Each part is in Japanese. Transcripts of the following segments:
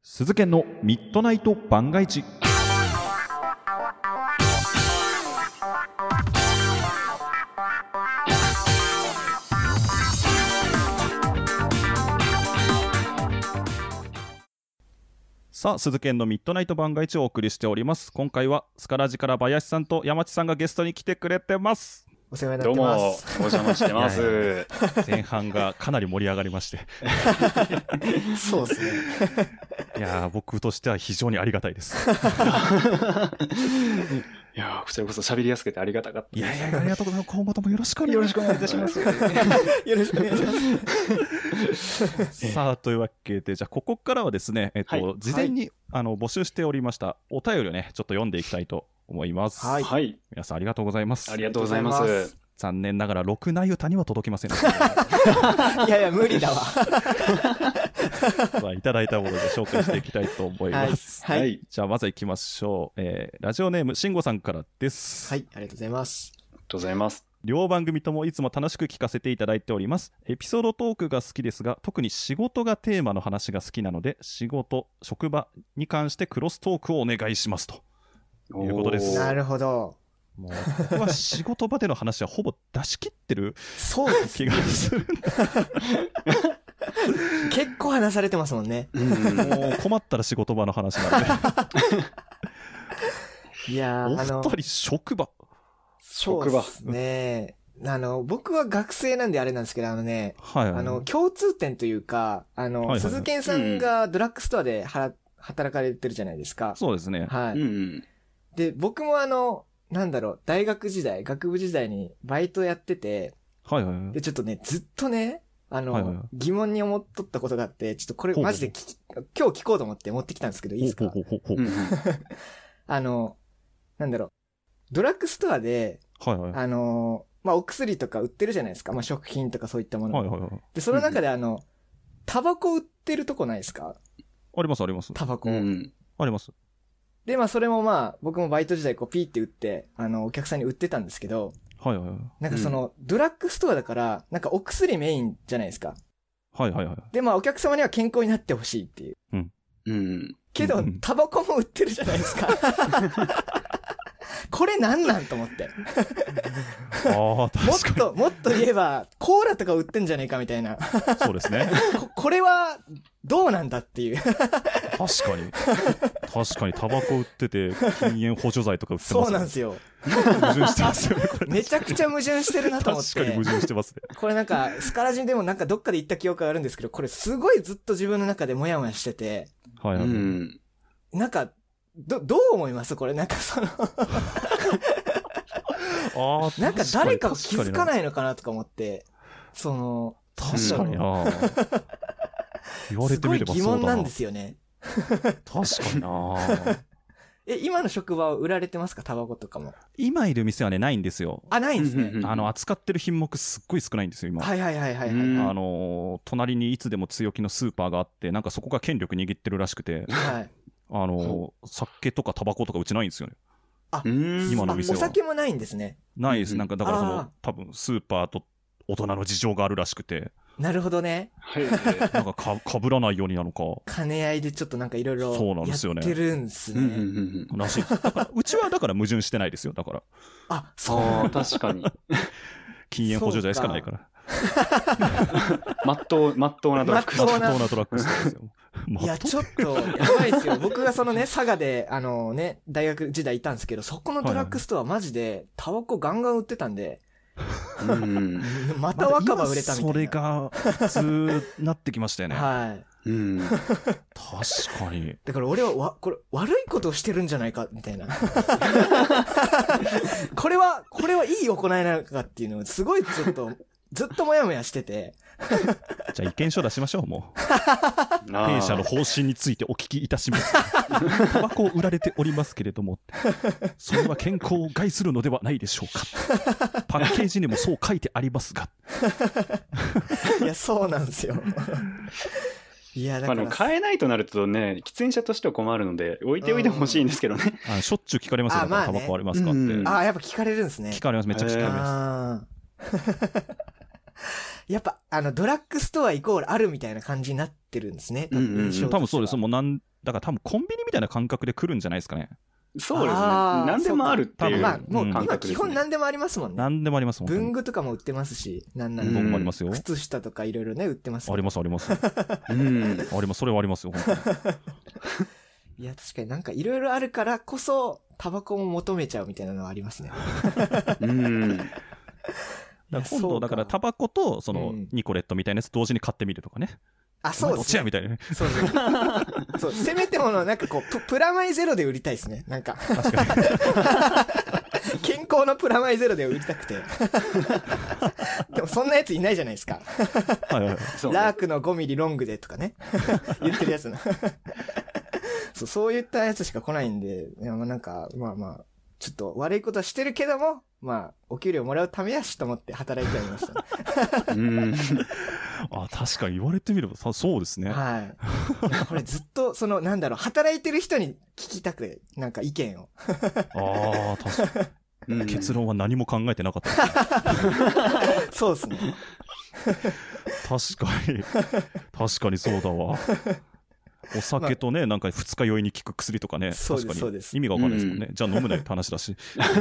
鈴研のミッドナイト番外地。さあ、鈴研のミッドナイト番外地をお送りしております。今回はスカラジから林さんと山地さんがゲストに来てくれてます。 お世話になってます。 どうもお邪魔してます。 前半がかなり盛り上がりましてそうですね。 いやー、僕としては非常にありがたいですいやこちらこそ喋りやすくてありがたかったです。 いやありがとうございます。今後ともよろしくお願いします。 よろしくお願いします。 さあ、というわけで、じゃあここからはですね、 はい事前に、募集しておりましたお便りをね、ちょっと読んでいきたいと思います。 はいはい皆さんありがとうございます。 ありがとうございまありがとうございす。 残念ながら6なゆたには届きませんでした、 いや無理だわ。 まあ、いただいたもので紹介していきたいと思います。 はいはいじゃあまず行きましょう。ラジオネームしんごさんからです。 はい、ありがとうございます。 ありがとうございます。 両番組ともいつも楽しく聞かせていただいております。エピソードトークが好きですが、特に仕事がテーマの話が好きなので、仕事、職場に関してクロストークをお願いしますということです。 なるほど。 もう僕は仕事場での話はほぼ出し切ってるそうですね気が。する。 結構話されてますもんね。 もう困ったら仕事場の話なので。 いやお二人職場。 そうですね。僕は学生なんであれなんですけど、 はいはい。 共通点というか、 はい鈴研さんがドラッグストアで働かれてるじゃないですか。 そうですね。 はい。 うんで、僕も大学時代、学部時代にバイトやってて、 はいはいはい。 で、ちょっとね、ずっとね、 はいはい疑問に思っとったことがあって、ちょっとこれマジで今日聞こうと思って持ってきたんですけど、いいですか？ ほうほうほうほう。 ドラッグストアで、 はいはい。 お薬とか売ってるじゃないですか。食品とかそういったもの。 はいはいはい。 で、その中でタバコ売ってるとこないですか？ ありますあります。 タバコ。 あります。 で、それも僕もバイト時代ピーって売って、お客さんに売ってたんですけど、 はいはいはい。 ドラッグストアだから、お薬メインじゃないですか。 はいはいはい。 で、お客様には健康になってほしいっていう。けど、タバコも売ってるじゃないですか。これなんと思って。 ああ、確かもっと言えば、コーラとか売ってんじゃねえかみたいな。 に。そうですね。 これは、どうなんだっていう。 確かにタバコ売ってて、禁煙補助剤とか売ってますね。 そうなんですよ。 矛盾してますよね、これ。 めちゃくちゃ矛盾してるなと思って。 確かに矛盾してますね。 これスカラジンでもどっかで言った記憶があるんですけど、これすごいずっと自分の中でモヤモヤしてて。 はいはい。 どう思いますこれああ、 誰かが気づかないのかなとか思って、 確かにな。言われてみればそうだな。 すごい疑問なんですよね。 確かにな。 今の職場は売られてますか？タバコとかも。 今いる店はね、ないんですよ。 あ、ないんですね。 扱ってる品目すっごい少ないんですよ、今。 はいはいはいはい。 隣にいつでも強気のスーパーがあって、そこが権力握ってるらしくて、 はい。 酒とかタバコとかうちないんですよね。 あ、 今の店は。 お酒もないんですね。 ないです。だから多分スーパーと大人の事情があるらしくて。 なるほどね。 かぶらないようになのか。 兼ね合いでちょっといろいろやってるんですね。 らしい。うちはだから矛盾してないですよ。だから。 あ、そう。 確かに。 禁煙補助剤しかないから。 まっとうなドラッグストア。 まっとうなドラッグストアですよ。 いや、ちょっと、やばいですよ。僕が佐賀で、大学時代いたんですけど、そこのドラッグストアマジで、タバコガンガン売ってたんで、また若葉売れたみたいな。 それが普通なってきましたよね。 はい。 確かに。 だから俺はこれ悪いことをしてるんじゃないかみたいな。これはいい行いなのかっていうのをすごいずっともやもやしてて。 じゃあ意見書出しましょう、もう。弊社の方針についてお聞きいたします。タバコを売られておりますけれども、それは健康を害するのではないでしょうか。パッケージにもそう書いてありますが。 いや、そうなんですよ。いや、だから買えないとなるとね、喫煙者としては困るので、置いておいてほしいんですけどね。 しょっちゅう聞かれますよ、タバコありますかって。 やっぱ聞かれるんですね。 聞かれます、めっちゃ聞かれます。 やっぱドラッグストアイコールあるみたいな感じになってるんですね。 多分そうです。もう何だから多分コンビニみたいな感覚で来るんじゃないですかね。 そうですね。何でもあるっていうまあ、もう今感覚ですね。 基本何でもありますもんね。 何でもありますもんね。 文具とかも売ってますし、なんなら。 僕もありますよ。 靴下とかいろいろね、売ってますありますあります。 うん。 あります。それはありますよ、本当に。 いや、確かになんかいろいろあるからこそ、タバコも求めちゃうみたいなのはありますね。 うん。 だから今度、だからタバコとそのニコレットみたいなやつ同時に買ってみるとかね。 あ、そうですね。 どっちやみたいなね。 そうそう。そう、せめてもの、なんかこう、プラマイゼロで売りたいですね。なんか。 確かに。 健康のプラマイゼロで売りたくて。でもそんなやついないじゃないですか。 はいはい。 そうねラークの5ミリロングでとかね。言ってるやつな。そういったやつしか来ないんで、いやまあなんか、まあまあ、ちょっと悪いことはしてるけども、まあ、お給料もらうためやしと思って働いてはいましたね。 うん。 あ、確かに言われてみればそうですね。 はい。いやこれずっと、なんだろう、働いてる人に聞きたくて、なんか意見を。 ああ、確かに。結論は何も考えてなかったです。 そうですね。 確かにそうだわ。お酒とね、なんか二日酔いに効く薬とかね、 そうです確かにそうです意味がわかんないですもんね。じゃあ飲むなよって話だし。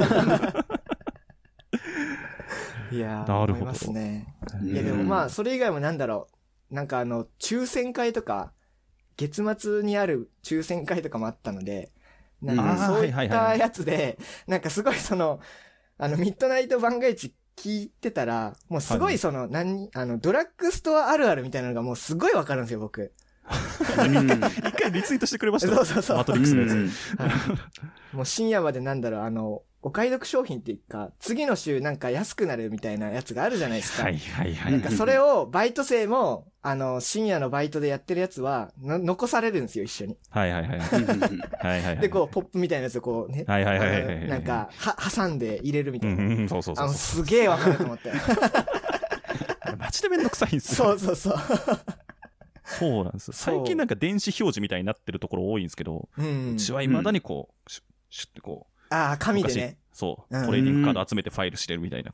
いやー、 なるほど思いますね。 うんいやでもまあ、それ以外もなんだろう。なんか抽選会とか、月末にある抽選会とかもあったので、なんうんかそういっはいはいはいたやつで、なんかすごいミッドナイト番外地聞いてたら、もうすごいドラッグストアあるあるみたいなのがもうすごいわかるんですよ、僕。 一回リツイートしてくれましたよ。 そう。 マトリックスのやつ。 もう深夜までなんだろう、お買い得商品っていうか、次の週なんか安くなるみたいなやつがあるじゃないですか。 はいはいはい。 なんかそれをバイト生も、深夜のバイトでやってるやつは、残されるんですよ、一緒に。 はいはいはい。はいはい。 で、こう、ポップみたいなやつをこうね、 はいはいはいはい。 なんか、挟んで入れるみたいな。 そうそうそう。 すげえわかると思って。 マジでめんどくさいんですよ。 そう。 そうなんです。最近なんか電子表示みたいになってるところ多いんですけど、うちは未だにこう、シュッてこう。 ああ、紙でね。 そう。トレーディングカード集めてファイルしてるみたいな。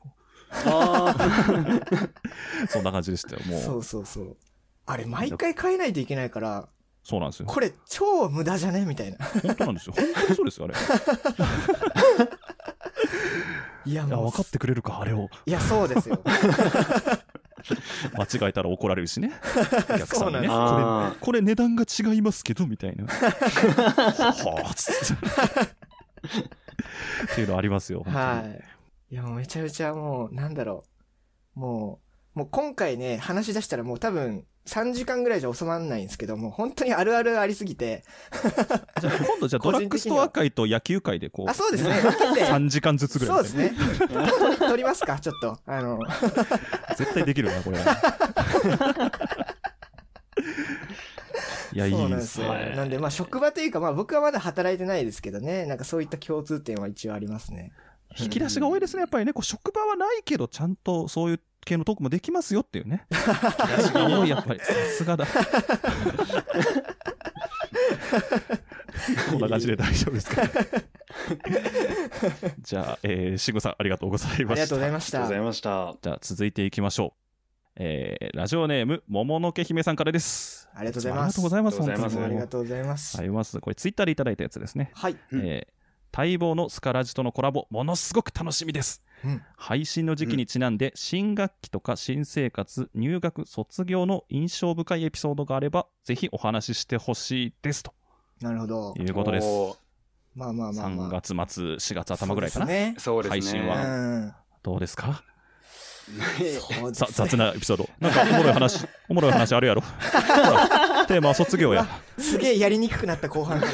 そんな感じでしたよ、もう。 そう。あれ、毎回変えないといけないから、 そうなんですよ。 これ超無駄じゃねみたいな。 本当なんですよ。本当にそうですよ、あれ。 いや、もう。 分かってくれるか、あれを。 いや、そうですよ。 間違えたら怒られるしね。お客さんにね。 そうこれ値段が違いますけど、みたいな。はぁ、つって。っていうのありますよ。 はい。いや、もうめちゃめちゃもう、なんだろう。もう今回ね、話し出したらもう多分3時間ぐらいじゃ収まらないんですけど、もう本当にあるあるありすぎて。 じゃあ今度ドラッグストア会と野球会でこう。 あ、そうですね。分けて。 3時間ずつぐらい。 そうですね。撮りますかちょっと。 絶対できるな、これ。いや、いいですよ。 なんで、まあ職場というか、まあ僕はまだ働いてないですけどね、なんかそういった共通点は一応ありますね。 引き出しが多いですね、やっぱりね。職場はないけど、ちゃんとそういう系のトークもできますよっていうね。引き出しが多い、やっぱり。さすがだ。こんな感じで大丈夫ですか。じゃあ、慎吾さん、ありがとうございました。 ありがとうございました。 ありがとうございました。 じゃあ、続いていきましょう。ラジオネーム、もものけ姫さんからです。 ありがとうございます。 ありがとうございます。 ありがとうございます。 ありがとうございます。 あります。これ、ツイッターでいただいたやつですね。 はい。 待望のスカラジとのコラボ、ものすごく楽しみです。配信の時期にちなんで、新学期とか新生活、入学、卒業の印象深いエピソードがあれば、ぜひお話ししてほしいですと。 なるほど。 いうことです。 まあ。3 月末、4月頭ぐらいかな。 そうですね。 配信は。どうですか？ 雑なエピソード。なんかおもろい話あるやろ。テーマは卒業や。 すげえやりにくくなった後半。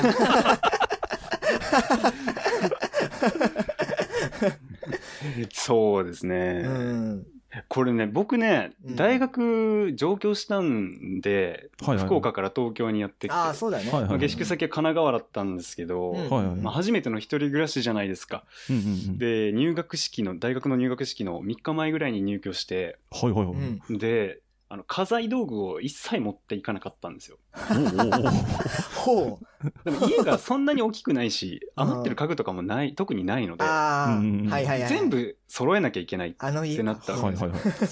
そうですね。これね、僕ね、大学上京したんで、福岡から東京にやってきて、 そうだね。 下宿先は神奈川だったんですけど、初めての一人暮らしじゃないですか。で、大学の入学式の3日前ぐらいに入居して、で、家財道具を一切持っていかなかったんですよ。 ほう。でも家がそんなに大きくないし、余ってる家具とかも特にないので、全部揃えなきゃいけないってなったんですよ。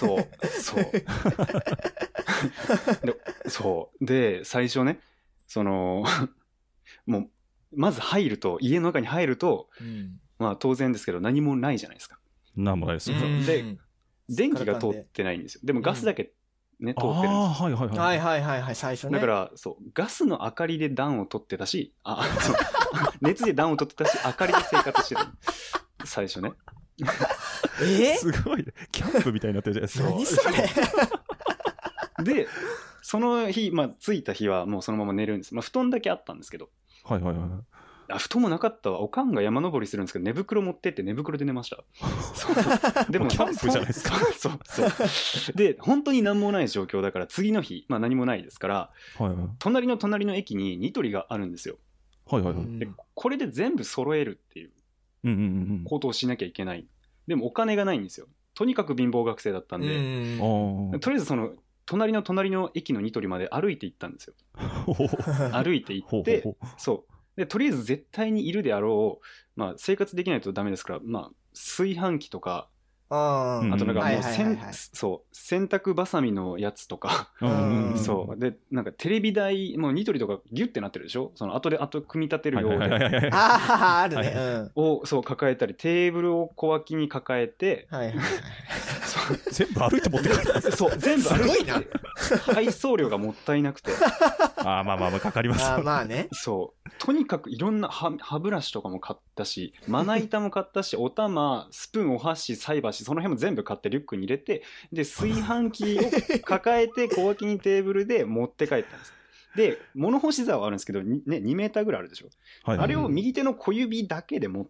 そう。で、最初ね、 もう、まず家の中に入ると、まあ当然ですけど何もないじゃないですか。 なんもないですよ。 で、電気が通ってないんですよ。でもガスだけね、通ってるんですよ。 はいはいはいはい、最初ね。 だから、そう、ガスの明かりで暖を取ってたし、そう熱で暖を取ってたし、明かりで生活してた。最初ね。 すごいね。キャンプみたいになってるじゃないですか。 何それで、その日、まあ、着いた日はもうそのまま寝るんです。まあ、布団だけあったんですけど。 はいはいはい。 布団もなかったわ。おかんが山登りするんですけど、寝袋持ってって寝袋で寝ました。 でもキャンプじゃないですか。 そう。で、本当に何もない状況だから、次の日、まあ何もないですから、隣の駅にニトリがあるんですよ。 はいはいはい。 で、これで全部揃えるっていうことをしなきゃいけない。でもお金がないんですよ。とにかく貧乏学生だったんで、とりあえずその、隣の駅のニトリまで歩いて行ったんですよ。歩いて行って、そう。で、とりあえず絶対にいるであろう、まあ、生活できないとダメですから、まあ、炊飯器とか、あとなんかもう、そう、洗濯バサミのやつとか、そう。で、なんかテレビ台、もうニトリとかギュッてなってるでしょ、その後組み立てるようで。 あるね。 を、そう、抱えたり、テーブルを小脇に抱えて、 全部歩いて持って帰った。 そう、全部歩いて。配送料がもったいなくて。 まあ、かかりますよ。 まあね。 そう。とにかくいろんな歯ブラシとかも買ったし、まな板も買ったし、お玉、スプーン、お箸、菜箸、その辺も全部買ってリュックに入れて、で、炊飯器を抱えて小脇にテーブルで持って帰ったんです。で、物干し竿はあるんですけど、ね、2メーターぐらいあるでしょ。あれを右手の小指だけで持って、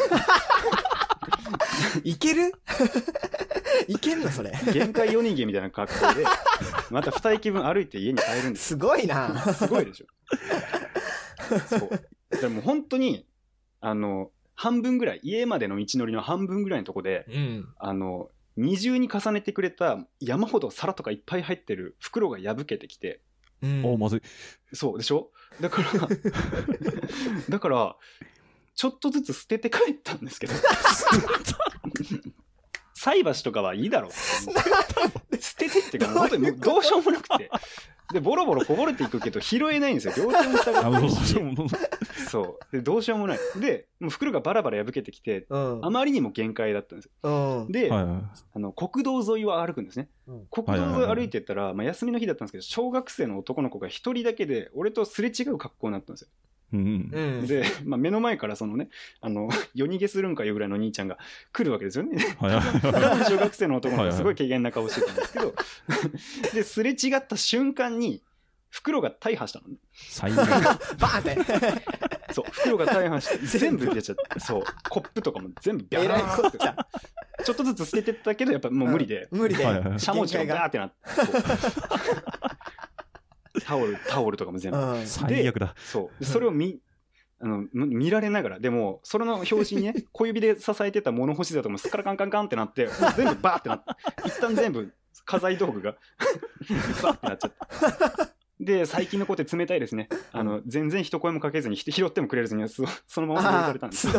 いけるいけんのそれ。 限界夜逃げみたいな格好で、また2駅分歩いて家に帰るんです。 すごいな。 すごいでしょ。そう。でも本当に、半分ぐらい、家までの道のりの半分ぐらいのとこで、二重に重ねてくれた山ほど皿とかいっぱい入ってる袋が破けてきて。 まずい。 そうでしょ。だから、ちょっとずつ捨てて帰ったんですけど。菜箸とかはいいだろう。捨ててってか、本当にもうどうしようもなくて。で、ボロボロこぼれていくけど、拾えないんですよ。両手も下がってるし。そう。で、どうしようもない。で、もう袋がバラバラ破けてきて、あまりにも限界だったんですよ。で、国道沿いを歩くんですね。国道沿い歩いてったら、まあ、休みの日だったんですけど、小学生の男の子が一人だけで、俺とすれ違う格好になったんですよ。で、まあ、目の前からそのね、夜逃げするんかいうぐらいの兄ちゃんが来るわけですよね。小学生の男の子がすごい軽減な顔してたんですけど、で、すれ違った瞬間に、袋が大破したのね。 最悪。 バーンって。 そう、袋が大破して、全部出ちゃって、そう、コップとかも全部ビャーって。ちょっとずつ捨ててったけど、やっぱもう無理で。 無理で。 しゃもじがガーってなって。タオルとかも全部。 最悪だ。 そう。それを見られながら、でも、それの表紙にね、小指で支えてた物干しだともすっからカンカンカンってなって、全部バーってなって、一旦全部家財道具がバーってなっちゃった。で、最近の子って冷たいですね。全然一声もかけずに、拾ってもくれずに、そのまま捨てられたんです。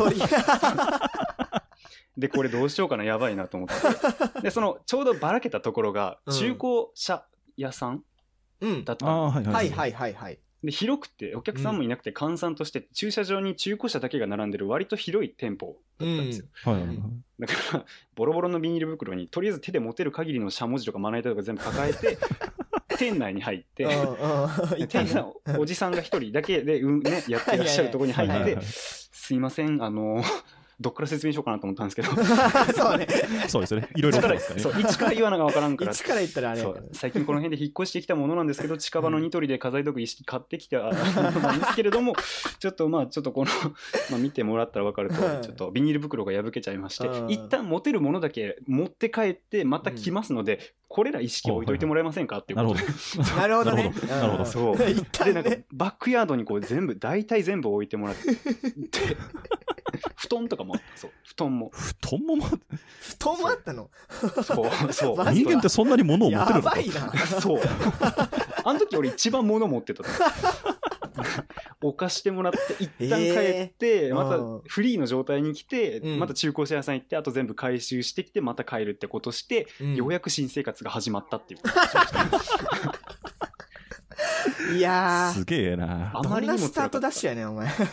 で、これどうしようかな、やばいなと思って。で、ちょうどばらけたところが、中古車屋さんだったんです。 はい。 で、広くて、お客さんもいなくて、閑散として、駐車場に中古車だけが並んでる割と広い店舗だったんですよ。だから、ボロボロのビニール袋に、とりあえず手で持てる限りのしゃもじとかまな板とか全部抱えて、店内に入って、店内のおじさんが一人だけで、やってらっしゃるところに入って、すいません、どっから説明しようかなと思ったんですけど。 そうね。 そうですよね。いろいろありますからね。 そう、一から言わながわからんから。 一から言ったらあれ。 そう。最近この辺で引っ越してきたものなんですけど、近場のニトリで家財道具一式買ってきたものなんですけれども、ちょっとこの、見てもらったらわかると、ちょっとビニール袋が破けちゃいまして、一旦持てるものだけ持って帰って、また来ますので、これら一式置いといてもらえませんかっていうことで。 なるほどね。 なるほど。 そう。で、なんか、バックヤードにこう大体全部置いてもらって、布団とかもあった。そう。布団もあったの？ そう。 人間ってそんなに物を持てるのか？ やばいな。 そう。あの時俺一番物持ってた。置かしてもらって、一旦帰って、またフリーの状態に来て、また中古車屋さん行って、あと全部回収してきて、また帰るってことして、ようやく新生活が始まったっていうこといやー。 すげえな。 どんなスタートダッシュやねん、お前。そう。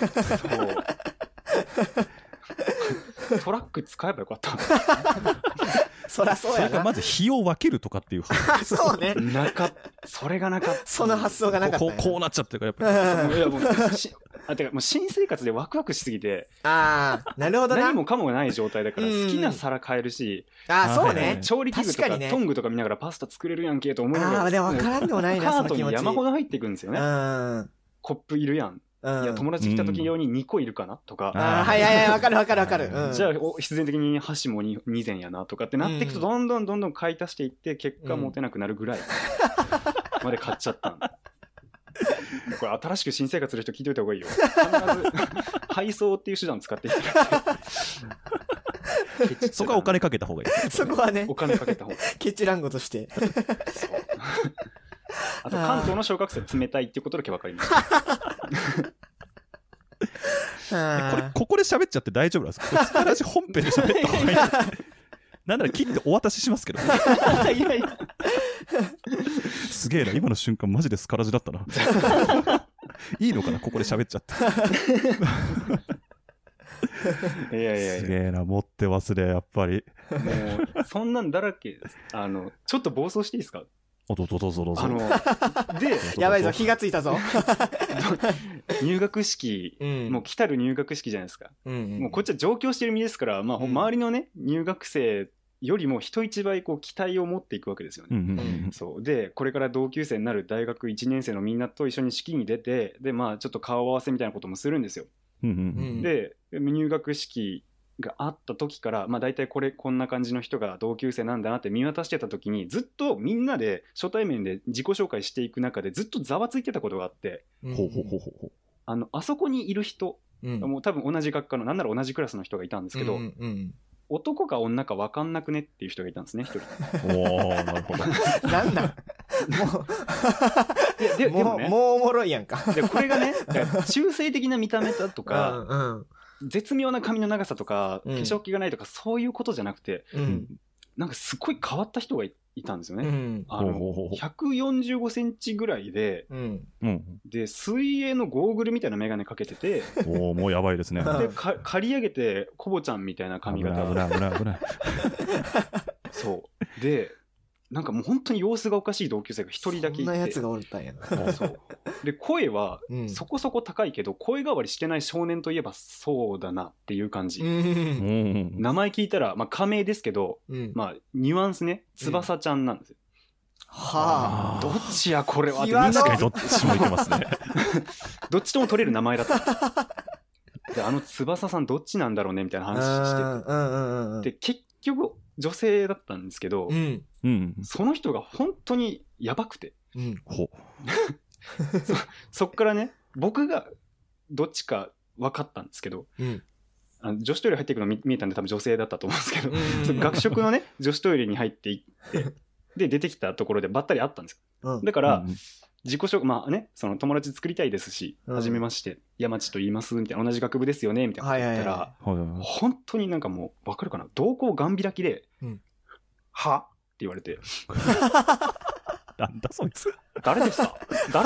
トラック使えばよかった。 そりゃそうやな。 それかまず日を分けるとかっていうそうね。 それがなかった。 その発想がなかった。 こうなっちゃってるからやっぱり。いやもうてかもう新生活でワクワクしすぎて。 ああ、なるほどな。 何もかもない状態だから好きな皿買えるし。 ああ、そうね。 調理器具とかトングとか見ながらパスタ作れるやんけと思いながら。 ああ、でも分からんでもないな、 カートに山ほど入っていくんですよね。コップいるやん。いや友達来た時用に2個いるかなとか。 はいはいはい、わかるわかるわかる。 じゃあ必然的に箸も2膳やなとかってなっていくとどんどん買い足していって結果持てなくなるぐらいまで買っちゃったん。これ新しく新生活する人聞いておいた方がいいよ。必ず配送っていう手段使っていただいて。 そこはお金かけた方がいい。 そこはね。 お金かけた方がいい。 ケチランゴとして。 あと関東の小学生冷たいっていうことだけ分かります。 ここで喋っちゃって大丈夫なんですか？スカラジ本編で喋った方がいい。なんなら切ってお渡ししますけど。いやいや。すげえな、今の瞬間マジでスカラジだったな。いいのかな、ここで喋っちゃって。 いやすげえな、持ってますね、やっぱり。 もうそんなんだらけです。ちょっと暴走していいですか？ どうぞ。 で、やばいぞ、火がついたぞ。 入学式、もう来たる入学式じゃないですか。もうこっちは上京してる身ですから、まあ、周りのね、入学生よりも人一倍こう期待を持っていくわけですよね。そうで、これから同級生になる大学1年生のみんなと一緒に式に出て、で、まあちょっと顔合わせみたいなこともするんですよ。で、入学式があった時から、まあ大体こんな感じの人が同級生なんだなって見渡してた時に、ずっとみんなで初対面で自己紹介していく中でずっとざわついてたことがあって、あそこにいる人、もう多分同じ学科の、なんなら同じクラスの人がいたんですけど、男か女か分かんなくねっていう人がいたんですね、一人。 おー、なるほど。 なんだもうおもろいやんか。 でこれがね、中性的な見た目だとか、絶妙な髪の長さとか、化粧気がないとか、そういうことじゃなくて、なんかすごい変わった人がいたんですよね。145センチぐらいで、で、水泳のゴーグルみたいなメガネかけてて、 もうやばいですね。 で、刈り上げて、コボちゃんみたいな髪型。 危ない。 そう。で、なんかもう本当に様子がおかしい同級生が一人だけいて。 そんなやつがおったんやな。 そう。で、声はそこそこ高いけど、声変わりしてない少年といえばそうだなっていう感じ。名前聞いたら、まあ仮名ですけど、まあニュアンスね、翼ちゃんなんですよ。 はあ。 どっちやこれはって確かにどっちもいけますね。 どっちとも取れる名前だった。で、翼さんどっちなんだろうねみたいな話してて。で、結局女性だったんですけど、その人が本当にやばくて。そっからね、僕がどっちか分かったんですけど、女子トイレ入っていくの見えたんで多分女性だったと思うんですけど、学食のね、女子トイレに入っていって、で、出てきたところでばったり会ったんです。だから、自己紹介、まあね、その友達作りたいですし、はじめまして、山地と言います、みたいな、同じ学部ですよね、みたいな言ったら、本当になんかもう、わかるかな、瞳孔ガン開きで、はって言われて。 なんだそいつ。 誰ですか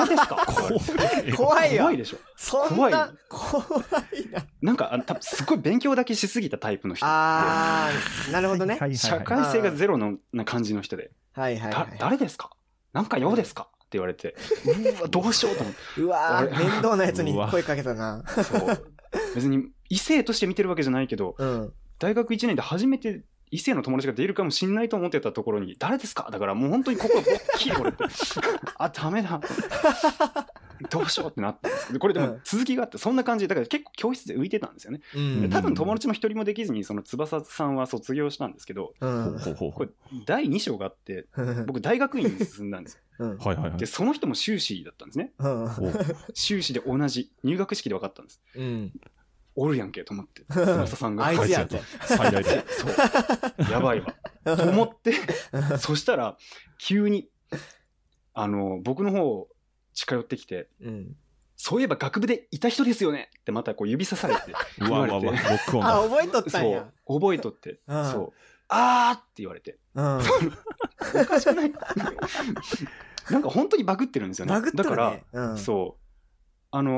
怖いよ。 怖いでしょ。 怖いな。 なんか、多分すごい勉強だけしすぎたタイプの人。 なるほどね。 社会性がゼロな感じの人で。誰ですか？なんか用ですか？って言われて。うわ、どうしようと思って。 うわー、面倒なやつに声かけたな。 そう。別に異性として見てるわけじゃないけど、大学1年で初めて異性の友達が出るかもしんないと思ってたところに、誰ですか？だからもう本当にここがボッキリこれって。ダメだ。どうしようってなったんですけど、これでも続きがあって、そんな感じで、だから結構教室で浮いてたんですよね。多分友達も一人もできずに、その翼さんは卒業したんですけど、これ第2章があって、僕大学院に進んだんですよ。で、その人も修士だったんですね。修士で同じ、入学式で分かったんです。おるやんけと思って、翼さんが。 あいつやって。 最大で。 そう。やばいわ。と思って、そしたら、急に、僕の方、近寄ってきて、そういえば学部でいた人ですよねってまたこう指さされて言われて、 覚えとったんや。 そう、覚えとって、そう、あーって言われて、おかしくないなんか本当にバグってるんですよね。 バグってるね。 だから、そう。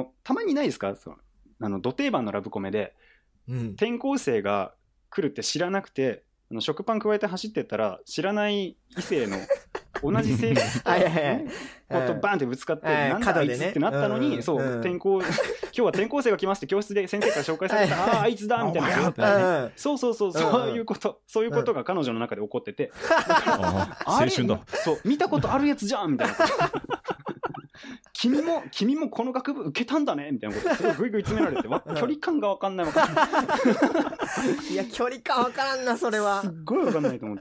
たまにないですか？ド定番のラブコメで、転校生が来るって知らなくて、食パン加えて走ってったら、知らない異性の同じ性格とバンってぶつかって、なんだあいつってなったのに、そう、今日は転校生が来ますって教室で先生から紹介されたら、あいつだみたいな。そういうことが彼女の中で起こってて、 青春だ。 そう、見たことあるやつじゃんみたいな。君もこの学部受けたんだねみたいなことすごいグイグイ詰められて、距離感が分かんない。 いや、距離感分からんな、それは。 すっごい分かんないと思って、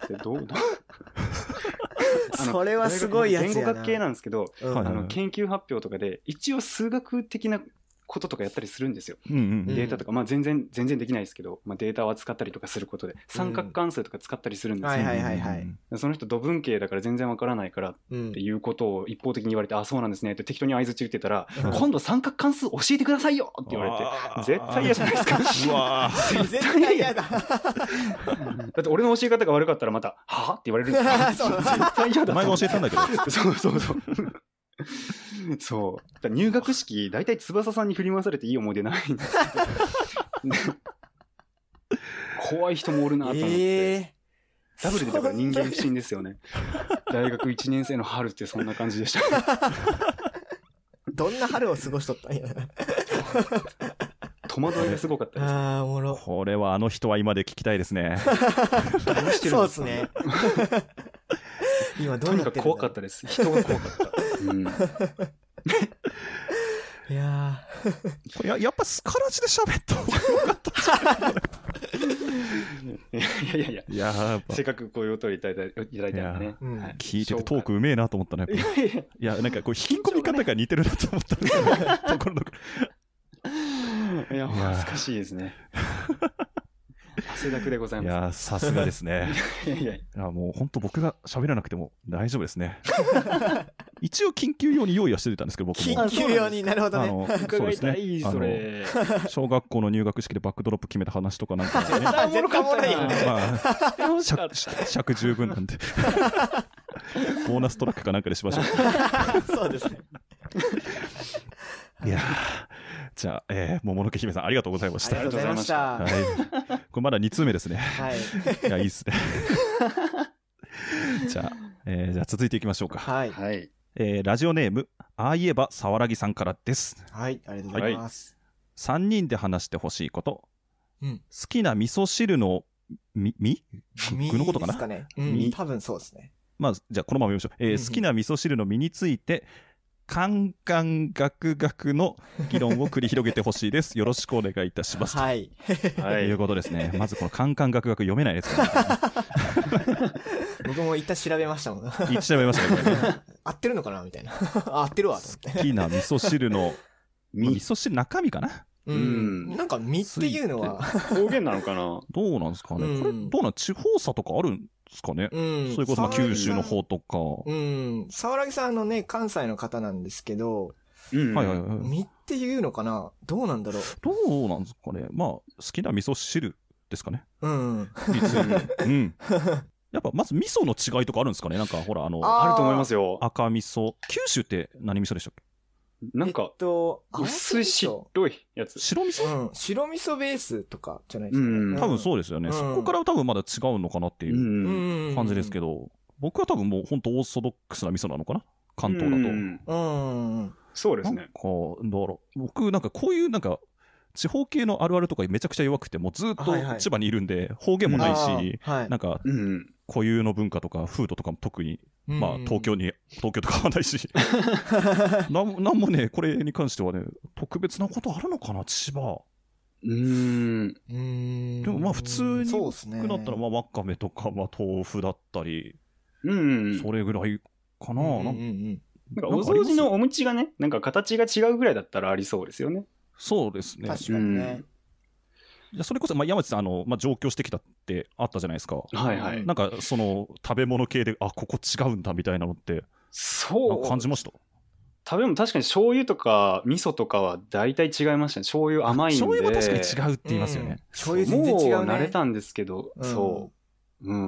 それはすごいやつやな。 言語学系なんですけど、研究発表とかで一応数学的なこととかやったりするんですよ。データとか、全然できないですけど、データを扱ったりとかすることで三角関数とか使ったりするんですよ。その人土文系だから全然わからないからっていうことを一方的に言われて、あ、そうなんですねって適当に相づち打ってたら、今度三角関数教えてくださいよって言われて、絶対嫌じゃないですか。 絶対嫌だ。 だって俺の教え方が悪かったらまた、はぁって言われる。絶対嫌だ。 お前が教えたんだけど。 そう。入学式、大体翼さんに振り回されていい思い出ないんですけど。怖い人もおるなと思って。ダブルでだから人間不信ですよね。大学1年生の春ってそんな感じでした。 どんな春を過ごしとったんや。 戸惑いがすごかったです。 ああ、おもろ。 これはあの人は今で聞きたいですね。 そうですね。今どうなってるんだろう。 とにかく怖かったです。人が怖かった。 いややっぱスカラジで喋った方がよかったいやせっかくこういうお取りいただいたんでね、 聞いててトークうめえなと思ったね。いや、なんかこう引き込み方が似てるなと思ったところいや、難しいですね。汗だくでございます。 いや、さすがですね。いや、もう本当僕が喋らなくても大丈夫ですね。一応緊急用に用意はしてたんですけど、僕も。 緊急用になるほどね。 そうですね。 小学校の入学式でバックドロップ決めた話とかなんかね。 絶対おもろいよね。 尺十分なんで。ボーナストラックかなんかでしましょう。そうですね。 いやじゃあ、桃の毛姫さんありがとうございました。 ありがとうございました。 はい。これまだ2通目ですね。 はい。 いや、いいっすね。じゃあ続いていきましょうか。 はい。 ラジオネーム、ああいえばさわらぎさんからです。 はい、ありがとうございます。 3人で話してほしいこと。好きな味噌汁の具のことかな？ 多分そうですね。 まあ、じゃあこのまま読みましょう。好きな味噌汁の実について、カンカンガクガクの議論を繰り広げてほしいです。よろしくお願いいたします。 はい。 ということですね。まずこのカンカンガクガク読めないですからね。 僕も一旦調べましたもん。 調べましたね。 合ってるのかなみたいな。合ってるわ。 好きな味噌汁の味噌汁中身かな。 なんか実っていうのは方言なのかな。 どうなんですかね。これどうなん地方差とかあるんですかね。そういうこと、九州の方とか。 沢良さんのね、関西の方なんですけど、実っていうのかな。どうなんだろう。 どうなんですかね。まあ好きな味噌汁ですかね。やっぱまず味噌の違いとかあるんですかね。なんかほらあると思いますよ。 赤味噌。九州って何味噌でしたっけ？ なんか薄い白いやつ。 白味噌？ 白味噌ベースとかじゃないですかね。 多分そうですよね。そこから多分まだ違うのかなっていう感じですけど、僕は多分もう本当オーソドックスな味噌なのかな。関東だと。 そうですね。 なんかどうだろう。僕なんかこういうなんか地方系のあるあるとかめちゃくちゃ弱くて、もうずっと千葉にいるんで方言もないし、なんか固有の文化とか風土とかも特にまあ東京とかはないし、なんもねこれに関してはね特別なことあるのかな千葉。でもまあ普通に僕だったらまあわかめとかまあ豆腐だったり、それぐらいかな。 なんかお雑煮のお餅がねなんか形が違うぐらいだったらありそうですよね。 そうですね。 確かにね。 それこそ、まあ、山内さん上京してきたってあったじゃないですか。なんかその食べ物系でここ違うんだみたいなのってそう感じました？ 食べ物確かに醤油とか味噌とかは大体違いましたね。醤油甘いんで。 醤油は確かに違うって言いますよね。 醤油全然違うね。 もう慣れたんですけど、そう。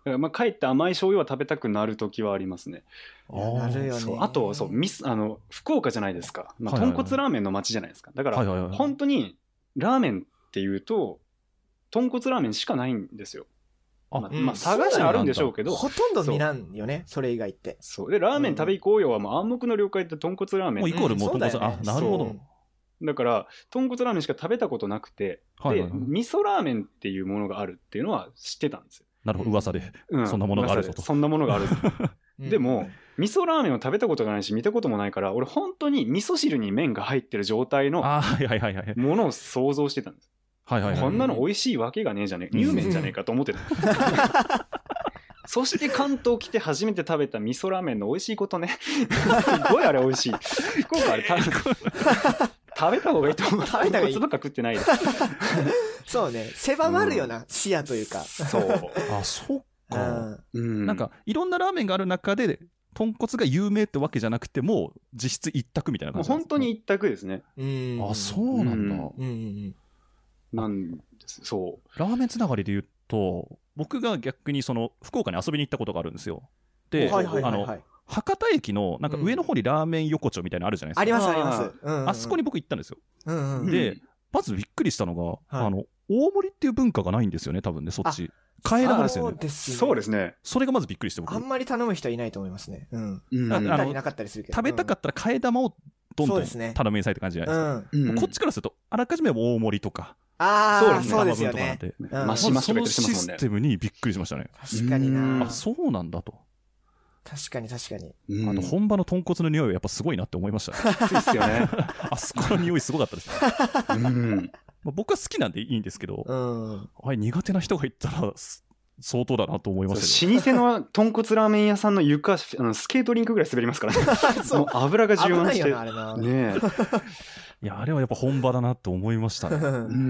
まあ、かえって甘い醤油は食べたくなる時はありますね。 なるよね。 そうあとそう福岡じゃないですか、まあ、豚骨ラーメンの街じゃないですか。だから、本当にラーメンっていうと豚骨ラーメンしかないんですよ。まあ、探しあるんでしょうけど、 ほとんど見らんよね、それ以外って。 そうで、ラーメン食べ行こうよは、暗黙の了解って豚骨ラーメン。 もうイコールもう豚骨、あ、なるほど。 だから、豚骨ラーメンしか食べたことなくて、で、味噌ラーメンっていうものがあるっていうのは知ってたんですよ。 なるほど、噂で。そんなものがあるぞと。 そんなものがある。でも、味噌ラーメンを食べたことがないし、見たこともないから、俺本当に味噌汁に麺が入ってる状態のものを想像してたんです。こんなの美味しいわけがねえじゃねえ、乳麺じゃねえかと思ってた。そして関東来て初めて食べた味噌ラーメンの美味しいことね。すごいあれ美味しい。福岡あれ食べた方がいいと思う。食べた方がいい。豚骨ばっか食ってないです。 そうね。狭まるよな、視野というか。 そう。 あ、そっか。なんか、いろんなラーメンがある中で、豚骨が有名ってわけじゃなくて、もう実質一択みたいな感じなんですか？ 本当に一択ですね。 あ、そうなんだ。 なんですそう。 ラーメンつながりで言うと、僕が逆に福岡に遊びに行ったことがあるんですよ。で、博多駅のなんか上の方にラーメン横丁みたいなのあるじゃないですか。 ありますあります。 あそこに僕行ったんですよ。で、まずびっくりしたのが、大盛りっていう文化がないんですよね、多分ね、そっち。替え玉ですよね。 そうですね。 それがまずびっくりして僕。 あんまり頼む人はいないと思いますね。なかったりするけど。 食べたかったら替え玉をどんどん頼みなさいって感じじゃないですか。こっちからすると、あらかじめ大盛りとか。 そうですよね。 マシマシとか言ってますもんね。 そのシステムにびっくりしましたね。 確かにな。 あ、そうなんだと。 確かに確かに。 あと本場の豚骨の匂いはやっぱすごいなって思いましたね。 そうですよね。 あそこの匂いすごかったですね。僕は好きなんでいいんですけど、あれ苦手な人がいったら相当だなと思いましたね。老舗の豚骨ラーメン屋さんの床、スケートリンクぐらい滑りますからね。そう油が充満して。ねいや、あれはやっぱ本場だなって思いましたね。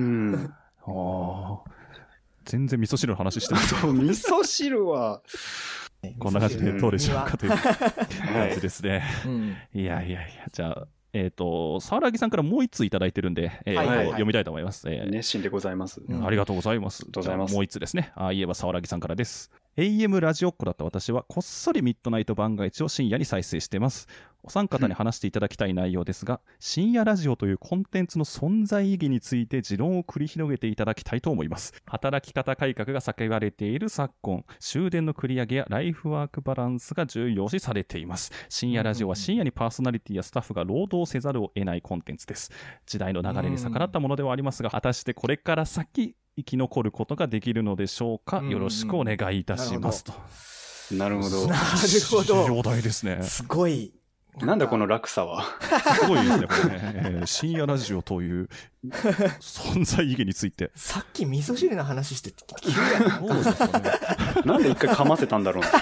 全然味噌汁の話してる。 そう、味噌汁は。 こんな感じでどうでしょうかという感じですね。いや、じゃあ、沢良さんからもう一通いただいてるんで、読みたいと思います。 熱心でございます。 ありがとうございます。もう一通ですね。言えば沢良さんからです。AM ラジオっ子だった私はこっそりミッドナイト番外地を深夜に再生しています。お三方に話していただきたい内容ですが、深夜ラジオというコンテンツの存在意義について持論を繰り広げていただきたいと思います。働き方改革が叫ばれている昨今、終電の繰り上げやライフワークバランスが重要視されています。深夜ラジオは深夜にパーソナリティやスタッフが労働せざるを得ないコンテンツです。時代の流れに逆らったものではありますが、果たしてこれから先生き残ることができるのでしょうか。よろしくお願いいたしますと。 なるほど。 なるほど。 重大ですね。 すごい。 なんだこの落差は。 すごいですね、これね。深夜ラジオという存在意義について。 さっき味噌汁の話して急やな。 そうですよね。 なんで一回噛ませたんだろうな。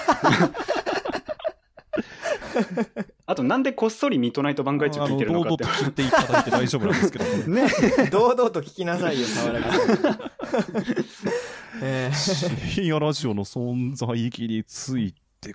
あとなんでこっそりミッドナイト番外地を聞いてるのかって。 堂々と聞いていただいて大丈夫なんですけどね。堂々と聞きなさいよ、沢良さん。 深夜ラジオの存在意義について、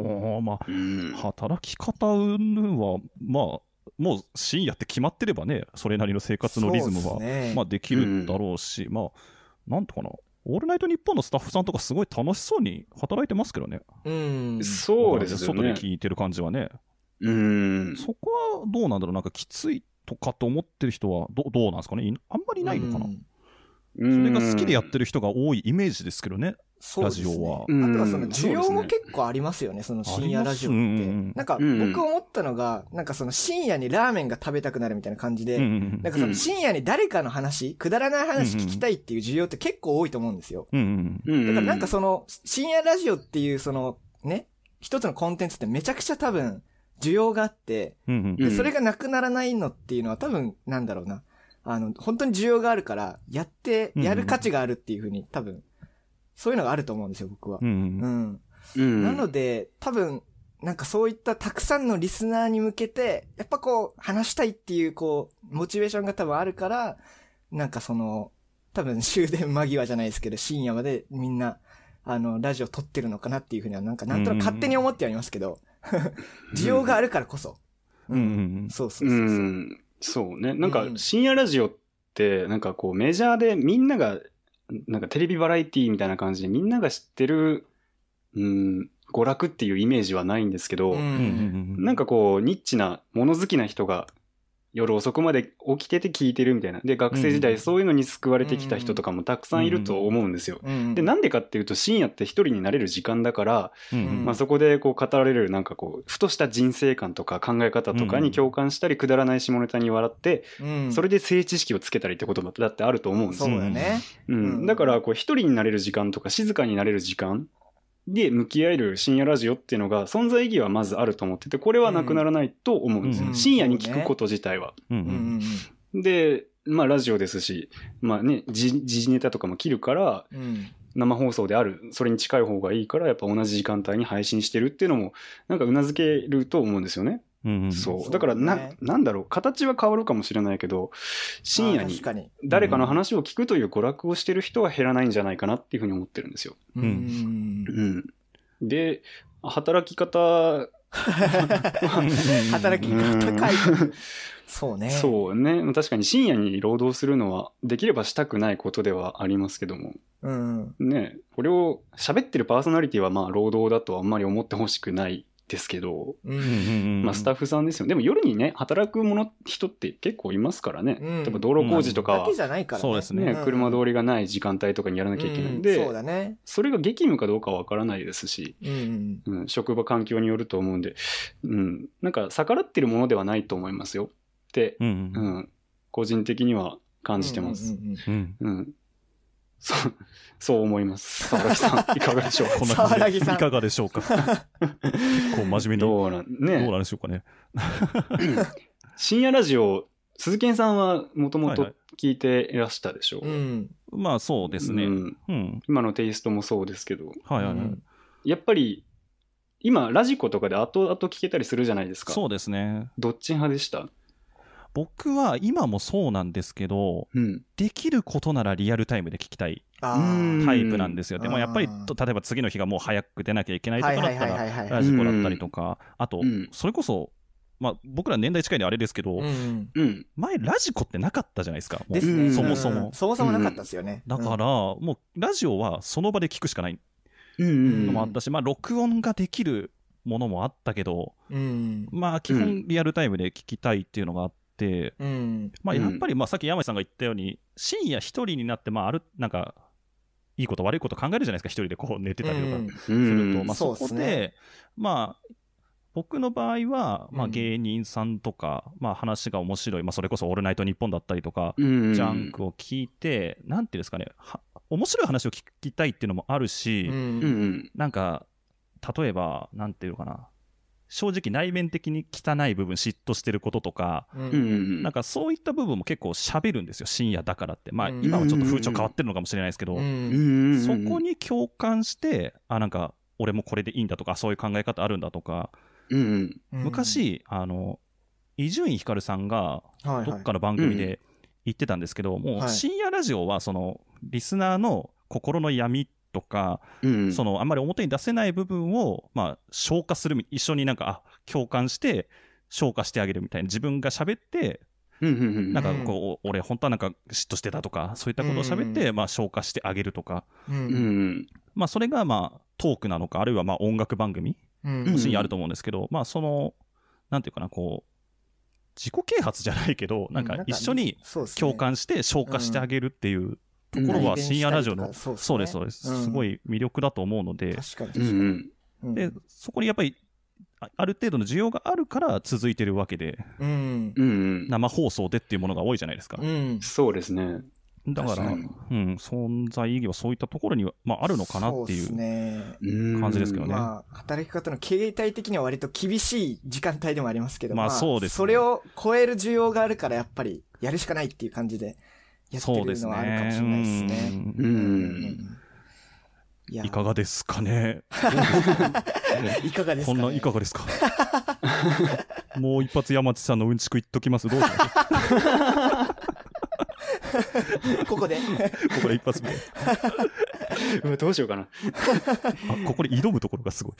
働き方は、もう深夜って決まってればね、それなりの生活のリズムは、できるだろうし、なんとかな。オールナイトニッポンのスタッフさんとかすごい楽しそうに働いてますけどね。 そうですよね。 外で聞いてる感じはね。そこはどうなんだろう。なんかきついとかと思ってる人はどうなんですかね。あんまりいないのかな。それが好きでやってる人が多いイメージですけどね。ラジオは。 あとはその需要も結構ありますよね、その深夜ラジオって。なんか僕思ったのが、なんかその深夜にラーメンが食べたくなるみたいな感じで、なんかその深夜に誰かの話、くだらない話聞きたいっていう需要って結構多いと思うんですよ。だからなんかその深夜ラジオっていうそのね、一つのコンテンツってめちゃくちゃ多分需要があって、でそれがなくならないのっていうのは多分なんだろうな。本当に需要があるから、やる価値があるっていう風に多分、そういうのがあると思うんですよ、僕は。なので、多分、なんかそういったたくさんのリスナーに向けて、やっぱこう、話したいっていう、こう、モチベーションが多分あるから、なんかその、多分終電間際じゃないですけど、深夜までみんな、ラジオ撮ってるのかなっていう風には、なんとなく勝手に思ってはいますけど、需要があるからこそ。そうそう。 そうね。なんか深夜ラジオって、なんかこうメジャーでみんなが、なんかテレビバラエティみたいな感じでみんなが知ってる娯楽っていうイメージはないんですけど、なんかこうニッチな物好きな人が夜遅くまで起きてて聞いてるみたいな。で、学生時代そういうのに救われてきた人とかもたくさんいると思うんですよ。で、なんでかっていうと深夜って一人になれる時間だから、まあそこでこう語られるなんかこう、ふとした人生観とか考え方とかに共感したり、くだらない下ネタに笑って、それで性知識をつけたりってこともだってあると思うんですよ。 そうだね。 だからこう一人になれる時間とか静かになれる時間で向き合える深夜ラジオっていうのが存在意義はまずあると思ってて、これはなくならないと思うんですよ。深夜に聞くこと自体は。で、まあラジオですし、まあね、時事ネタとかも切るから、生放送である、それに近い方がいいから、やっぱ同じ時間帯に配信してるっていうのも、なんか頷けると思うんですよね。そう。だからなんだろう、形は変わるかもしれないけど、深夜に誰かの話を聞くという娯楽をしてる人は減らないんじゃないかなっていうふうに思ってるんですよ。で、働き方働き方かい。そうね。 そうね。確かに深夜に労働するのはできればしたくないことではありますけども。ね、これを喋ってるパーソナリティはまあ労働だとはあんまり思ってほしくないですけど、まあスタッフさんですよ。でも夜にね、働く人って結構いますからね。例えば道路工事とかは、 だけじゃないからね。 そうですね。 車通りがない時間帯とかにやらなきゃいけないんで、 そうだね。 それが激務かどうかはわからないですし、職場環境によると思うんで、なんか逆らってるものではないと思いますよって、個人的には感じてます。そう思います。沢木さん、いかがでしょうか。 沢木さん。 いかがでしょうか。こう真面目に。どうなんでしょうかね。 深夜ラジオ、鈴賢さんはもともと聞いていらしたでしょう。 まあそうですね。 今のテイストもそうですけど。やっぱり、今、ラジコとかで後々聞けたりするじゃないですか。 そうですね。 どっち派でした？ 僕は今もそうなんですけど、できることならリアルタイムで聞きたいタイプなんですよ。でもやっぱり例えば次の日がもう早く出なきゃいけないとかだったらラジコだったりとか、あとそれこそまあ僕ら年代近いんであれですけど、前ラジコってなかったじゃないですか。そもそもなかったですよね。 だからもうラジオはその場で聞くしかないのもあったし、まあ録音ができるものもあったけど、まあ基本リアルタイムで聞きたいっていうのがあって。まあやっぱりまあさっき山井さんが言ったように深夜一人になってまあなんかいいこと悪いこと考えるじゃないですか、一人でこう寝てたりとかすると、まあそこでまあ僕の場合はまあ芸人さんとかまあ話が面白い、まあそれこそオールナイトニッポンだったりとかジャンクを聞いてなんていうんですかね、面白い話を聞きたいっていうのもあるし、なんか例えばなんていうのかな、正直内面的に汚い部分、嫉妬してることとか、なんかそういった部分も結構喋るんですよ、深夜だからって。まあ今はちょっと風潮変わってるのかもしれないですけど、そこに共感して、なんか俺もこれでいいんだとか、そういう考え方あるんだとか、昔伊集院光さんがどっかの番組で言ってたんですけど、もう深夜ラジオはそのリスナーの心の闇とか、そのあんまり表に出せない部分をまあ消化する、一緒になんか共感して消化してあげるみたいな、自分が喋ってなんかこう俺本当はなんか嫉妬してたとかそういったことを喋ってまあ消化してあげるとか、まあそれがまあトークなのか、あるいはまあ音楽番組のシーンあると思うんですけど、まあそのなんていうかな、こう自己啓発じゃないけどなんか一緒に共感して消化してあげるっていうところは深夜ラジオのそうですそうです、すごい魅力だと思うので、 確かにでそこにやっぱりある程度の需要があるから続いてるわけで、生放送でっていうものが多いじゃないですか。 そうですね。 だから、存在意義はそういったところには、まあ、あるのかなっていう感じですけどね。 まあ、働き方の形態的には割と厳しい時間帯でもありますけど、 まあそうですね。 それを超える需要があるからやっぱりやるしかないっていう感じでやってるのはあるかもしれないですね。 いかがですかね。 いかがですかね。 こんないかがですか。もう一発山地さんのうんちく言っときます。どうぞ。 ここで一発目。 どうしようかな。 ここで挑むところがすご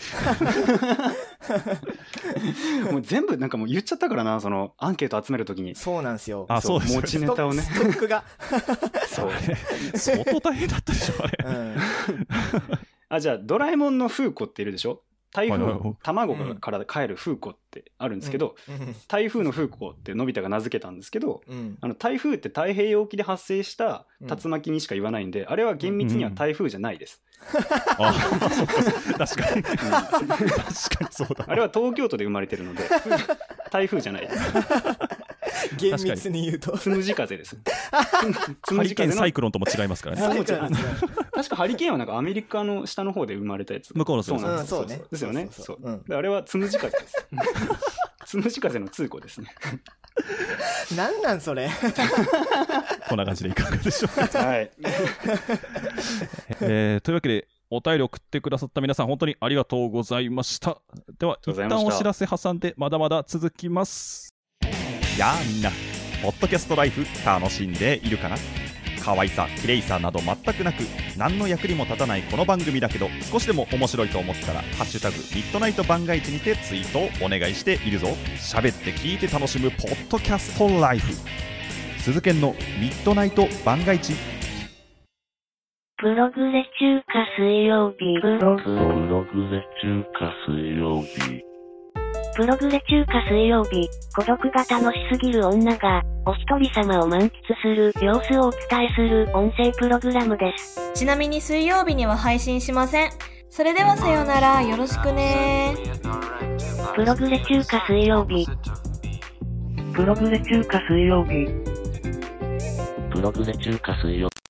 い。もう全部なんかもう言っちゃったからな、そのアンケート集めるときに。 そうなんですよ。 そうです。 持ちネタをね。 ストックが。 そう。相当大変だったでしょあれ。 じゃあドラえもんのフーコっているでしょ。台風、卵から帰るフーコってあるんですけど、台風のフーコってのび太が名付けたんですけど、台風って太平洋沖で発生した竜巻にしか言わないんで、あれは厳密には台風じゃないです。 あ、そっか、確かに。確かにそうだ。 あれは東京都で生まれてるので、台風じゃないです。 厳密に言うとつむじ風です。 ハリケーンサイクロンとも違いますからね。 確かハリケーンはなんかアメリカの下の方で生まれたやつ。 向こうのそうなんです。そうね。ですよね。そう。あれはつむじ風です。つむじ風の通行ですね。 なんなんそれ。 こんな感じでいかがでしょうか。 はい。 というわけでお便り送ってくださった皆さん本当にありがとうございました。では一旦お知らせ挟んでまだまだ続きます。やあみんな、ポッドキャストライフ楽しんでいるかな。可愛さ、綺麗さなど全くなく、何の役にも立たないこの番組だけど、少しでも面白いと思ったらハッシュタグミッドナイト番外地にてツイートをお願いしているぞ。喋って聞いて楽しむポッドキャストライフ、鈴研のミッドナイト番外地。 プログレ中華水曜日。プログレ中華水曜日。プログレ中華水曜日、孤独が楽しすぎる女が、お一人様を満喫する様子をお伝えする音声プログラムです。 ちなみに水曜日には配信しません。それではさようなら、よろしくね。 プログレ中華水曜日。プログレ中華水曜日。プログレ中華水曜日。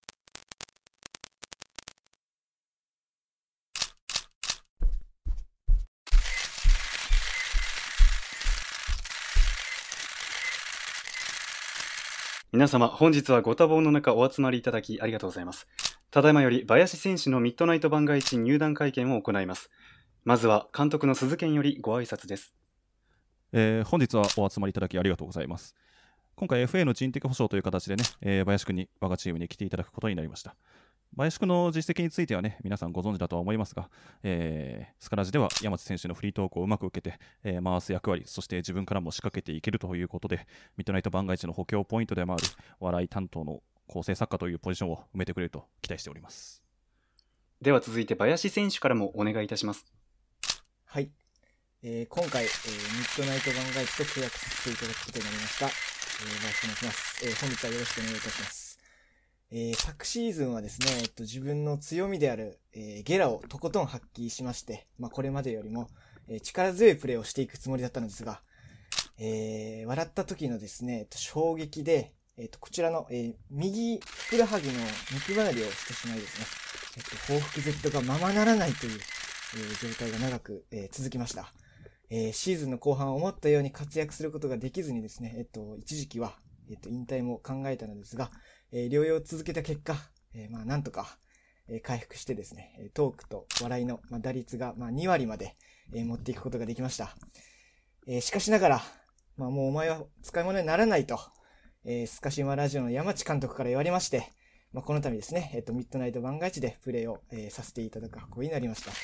皆様、本日はご多忙の中お集まりいただきありがとうございます。ただいまより林選手のミッドナイト番外地入団会見を行います。まずは監督の鈴研よりご挨拶です。 本日はお集まりいただきありがとうございます。今回 FA の人的保障という形でね、林くんに我がチームに来ていただくことになりました。林くんの実績についてはね、皆さんご存知だとは思いますが、スカラジでは山地選手のフリートークをうまく受けて、回す役割、そして自分からも仕掛けていけるということで、ミッドナイト番外地の補強ポイントでもある笑い担当の構成作家というポジションを埋めてくれると期待しております。 では続いて林選手からもお願いいたします。 はい。今回、ミッドナイト番外地と契約させていただくことになりました。林と申します。本日はよろしくお願いいたします。昨シーズンはですね、自分の強みである、ゲラをとことん発揮しまして、これまでよりも、力強いプレーをしていくつもりだったのですが、笑った時のですね、衝撃で、こちらの、右ふくらはぎの肉離れをしてしまいですね、報復 Z がままならないという、状態が長く、続きました。シーズンの後半思ったように活躍することができずにですね、一時期は、引退も考えたのですが、療養を続けた結果、なんとか、回復してですね、トークと笑いの、打率が、2割まで、持っていくことができました。しかしながら、もうお前は使い物にならないと、スカシマラジオの山地監督から言われまして、この度ですね、ミッドナイト番外地でプレーを、させていただく運びになりました。はい。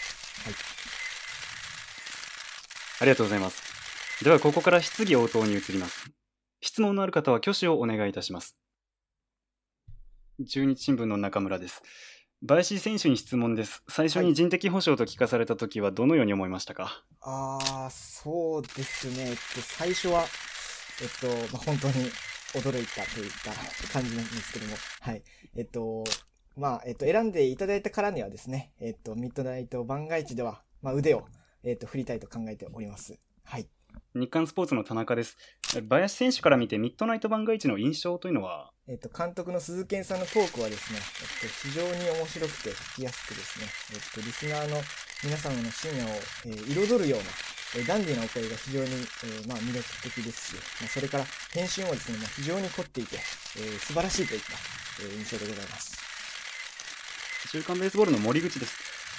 ありがとうございます。ではここから質疑応答に移ります。質問のある方は挙手をお願いいたします。中日新聞の中村です。林選手に質問です。最初に人的保障と聞かされたときはどのように思いましたか？ そうですね。最初は、本当に驚いたといった感じなんですけども、はい。選んでいただいたからにはですね、ミッドナイト番外地では、腕を、振りたいと考えております。はい。 日刊スポーツの田中です。林選手から見てミッドナイト番外地の印象というのは？ 監督の鈴研さんのトークはですね、非常に面白くて聞きやすくですね、リスナーの皆様の深夜を、彩るような、ダンディーなお声が非常に、魅力的ですし、それから編集もですね、非常に凝っていて、素晴らしいといった、印象でございます。 週刊ベースボールの森口です。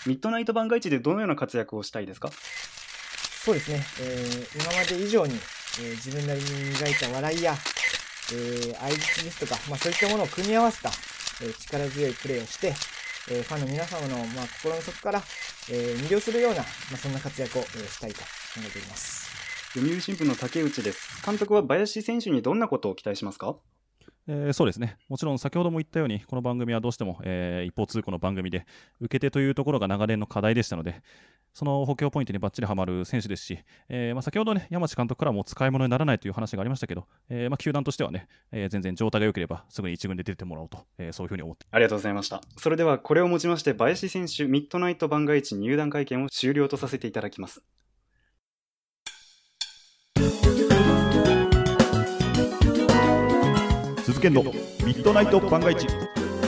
ミッドナイト番外地でどのような活躍をしたいですか？ そうですね、今まで以上に、自分なりに磨いた笑いや、相槌ですとか、そういったものを組み合わせた、力強いプレーをして、ファンの皆様の、心の底から、魅了するような、そんな活躍を、したいと考えております。 読売新聞の竹内です。監督は林選手にどんなことを期待しますか？ そうですね。もちろん先ほども言ったように、この番組はどうしても、一方通行の番組で、受け手というところが長年の課題でしたので、その補強ポイントにバッチリはまる選手ですし、先ほどね、山地監督からも使い物にならないという話がありましたけど、球団としてはね、全然状態が良ければすぐに一軍で出てもらおうと、そういうふうに思って。 ありがとうございました。それではこれをもちまして、林選手ミッドナイト番外地入団会見を終了とさせていただきます。 鈴研のミッドナイト番外地。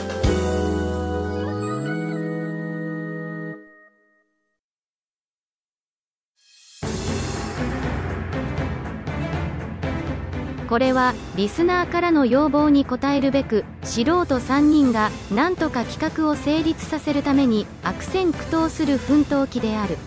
これはリスナーからの要望に応えるべく、素人3人が何とか企画を成立させるために悪戦苦闘する奮闘記である。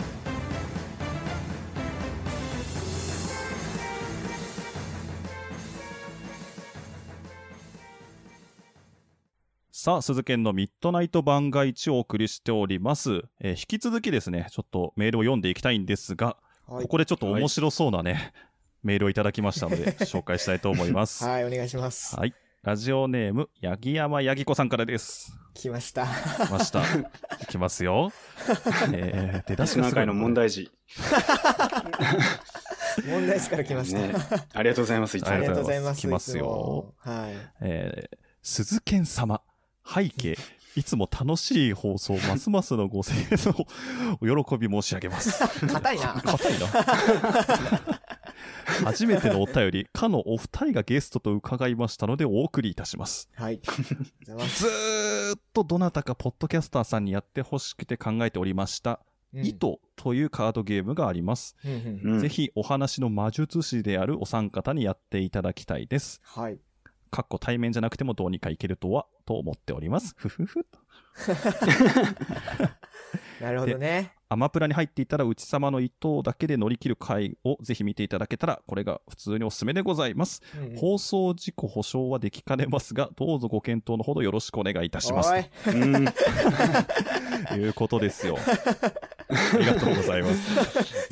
さあ、鈴研のミッドナイト番外地をお送りしております。引き続きですね、ちょっとメールを読んでいきたいんですが、ここでちょっと面白そうなね、メールをいただきましたので、紹介したいと思います。 はい、お願いします。 はい。ラジオネーム、八木山八木子さんからです。 来ました。 来ました。いきますよ。出だしがすごいの問題児。 問題児から来ました、 ね。ありがとうございます。 ありがとうございます。 来ますよ。 はい。 鈴研様。背景、いつも楽しい放送、ますますのご清聴お喜び申し上げます。 硬いな。 硬いな。初めてのお便り、かのお二人がゲストと伺いましたのでお送りいたします。 はい。 ずーっとどなたかポッドキャスターさんにやってほしくて考えておりました。糸というカードゲームがあります。ぜひお話の魔術師であるお三方にやっていただきたいです。 はい。 かっこ対面じゃなくてもどうにかいけるとはと思っております。ふふふ。 なるほどね。 アマプラに入っていたら内様の一等だけで乗り切る回をぜひ見ていただけたらこれが普通におすすめでございます。放送事故保証はできかねますがどうぞご検討のほどよろしくお願いいたします。ということですよ。ありがとうございます。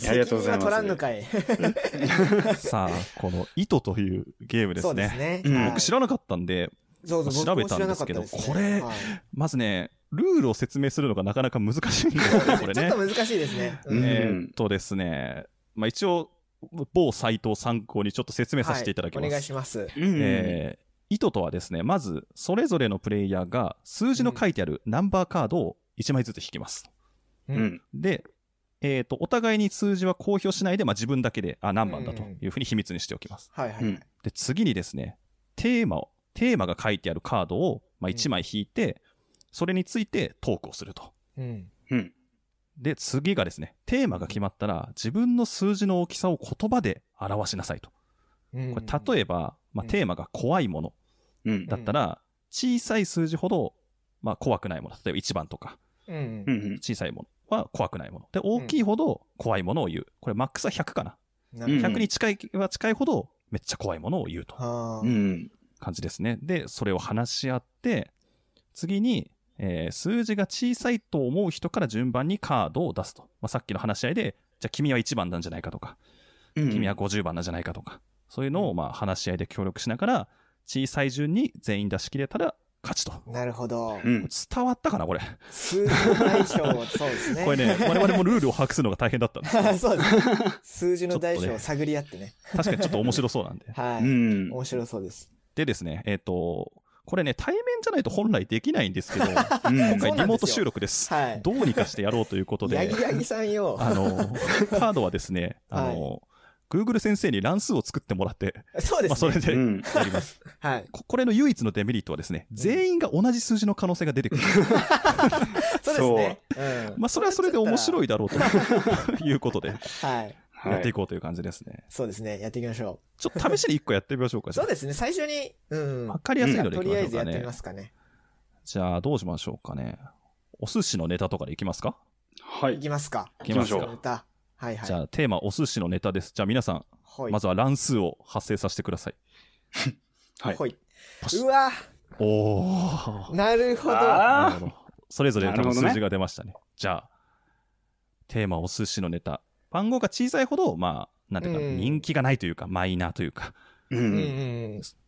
ありがとうございます。 取らんのかい。 さあこの糸というゲームですね。 そうですね。 僕知らなかったんで調べたんですけど、これまずね。ルールを説明するのがなかなか難しいんですね、これね。 ちょっと難しいですね。 ですね、一応、某サイトを参考にちょっと説明させていただきます。 お願いします。 糸とはですね、まず、それぞれのプレイヤーが数字の書いてあるナンバーカードを1枚ずつ引きます。で、お互いに数字は公表しないで、自分だけで、何番だというふうに秘密にしておきます。で、次にですね、テーマが書いてあるカードを1枚引いて、それについてトークをすると。で、次がですね、テーマが決まったら、自分の数字の大きさを言葉で表しなさいと。これ例えば、テーマが怖いものだったら、小さい数字ほど、怖くないもの。例えば1番とか、小さいものは怖くないもの。で、大きいほど怖いものを言う。これマックスは100かな。100に近いほど、めっちゃ怖いものを言うと。感じですね。で、それを話し合って、次に、数字が小さいと思う人から順番にカードを出すと。さっきの話し合いで、じゃあ君は1番なんじゃないかとか、君は50番なんじゃないかとか、そういうのを話し合いで協力しながら、小さい順に全員出し切れたら勝ちと。 なるほど。 伝わったかなこれ。 数字の大小、そうですね。 これね、我々もルールを把握するのが大変だったんですそうです。数字の大小を探り合ってね。 確かにちょっと面白そうなんで。 はい。面白そうです。 でですね、これね、対面じゃないと本来できないんですけど、今回リモート収録です。どうにかしてやろうということで、 八木さんよ。 カードはですね、Google 先生に乱数を作ってもらって、 そうですね。 それでやります。これの唯一のデメリットはですね、全員が同じ数字の可能性が出てくる。 そうですね。 それはそれで面白いだろうということで。やっていこうという感じですね。 そうですね。やっていきましょう。ちょっと試しに1個やってみましょうか。 そうですね。最初に、 わかりやすいのでいきましょうかね。 とりあえずやってみますかね。 じゃあ、どうしましょうかね。お寿司のネタとかでいきますか？ はい。 いきますか。 いきましょう。 ネタ。はいはい。 じゃあ、テーマ、お寿司のネタです。じゃあ、皆さん、まずは乱数を発生させてください。 はい。うわなるほど。 それぞれ多分数字が出ましたね。じゃあ、テーマ、お寿司のネタ。番号が小さいほど、なんていうか、人気がないというか、マイナーというか、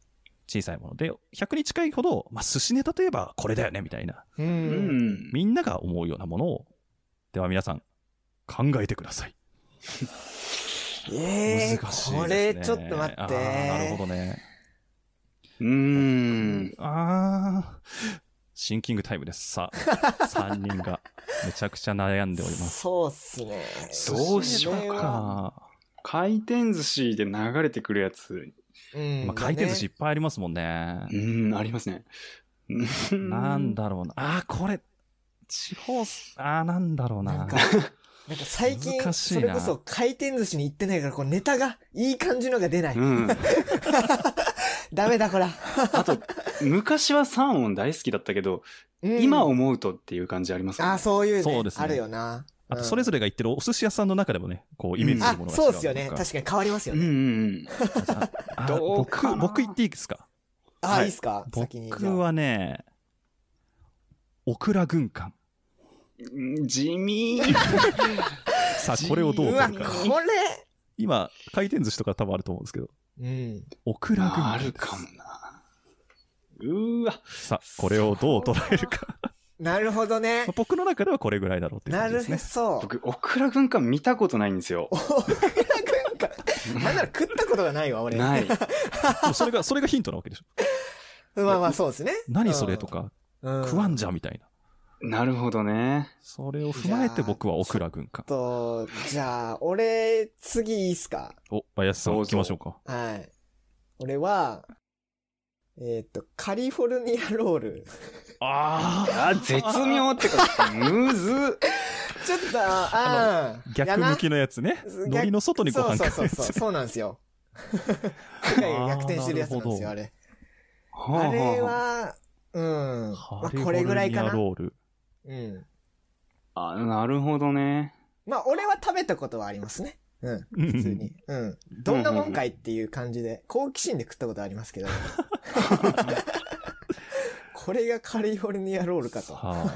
小さいもので、100に近いほど、寿司ネタといえばこれだよねみたいな、みんなが思うようなものを、では皆さん考えてください。 難しいですね。これちょっと待って。 なるほどね。シンキングタイムです。さあ、3人がめちゃくちゃ悩んでおります。 そうっすね。 どうしようか。回転寿司で流れてくるやつ。 回転寿司いっぱいありますもんね。 ありますね。 なんだろうな。これ、地方、なんだろうな。 なんか最近、それこそ回転寿司に行ってないから、こうネタがいい感じのが出ない。ダメだ、こら。 あと、昔はサーモン大好きだったけど、今思うとっていう感じありますかね。 そういうね。あるよな。 あと、それぞれが言ってるお寿司屋さんの中でもね、こう、イメージするものが違う。 そうですよね。確かに変わりますよね。 僕言っていいですか？ いいっすか？ 僕はね、オクラ軍艦。 地味。 さあ、これをどう取るか。 これ今、回転寿司とか多分あると思うんですけど。オクラ軍艦。 あるかもな。 さあ、これをどう捉えるか。 なるほどね。 僕の中ではこれぐらいだろうっていう感じですね。 なるほど。 僕、オクラ軍艦見たことないんですよ。 オクラ軍艦なんなら食ったことがないわ、俺。 ない。 それがヒントなわけでしょ。そうですね。 何それとか、食わんじゃんみたいな。 なるほどね。 それを踏まえて僕はオクラ軍艦。 じゃあ、俺、次いいっすか？ 林さん行きましょうか。 はい。俺は、カリフォルニアロール。 絶妙ってか、むずっ。 ちょっと、 逆向きのやつね。海苔の外にご飯かけるやつ。 そうなんですよ。逆転してるやつなんですよ、あれ。あれは、これぐらいかな。 カリフォルニアロール。 なるほどね。 俺は食べたことはありますね。普通に。どんなもんかいっていう感じで、好奇心で食ったことありますけど。これがカリフォルニアロールかと。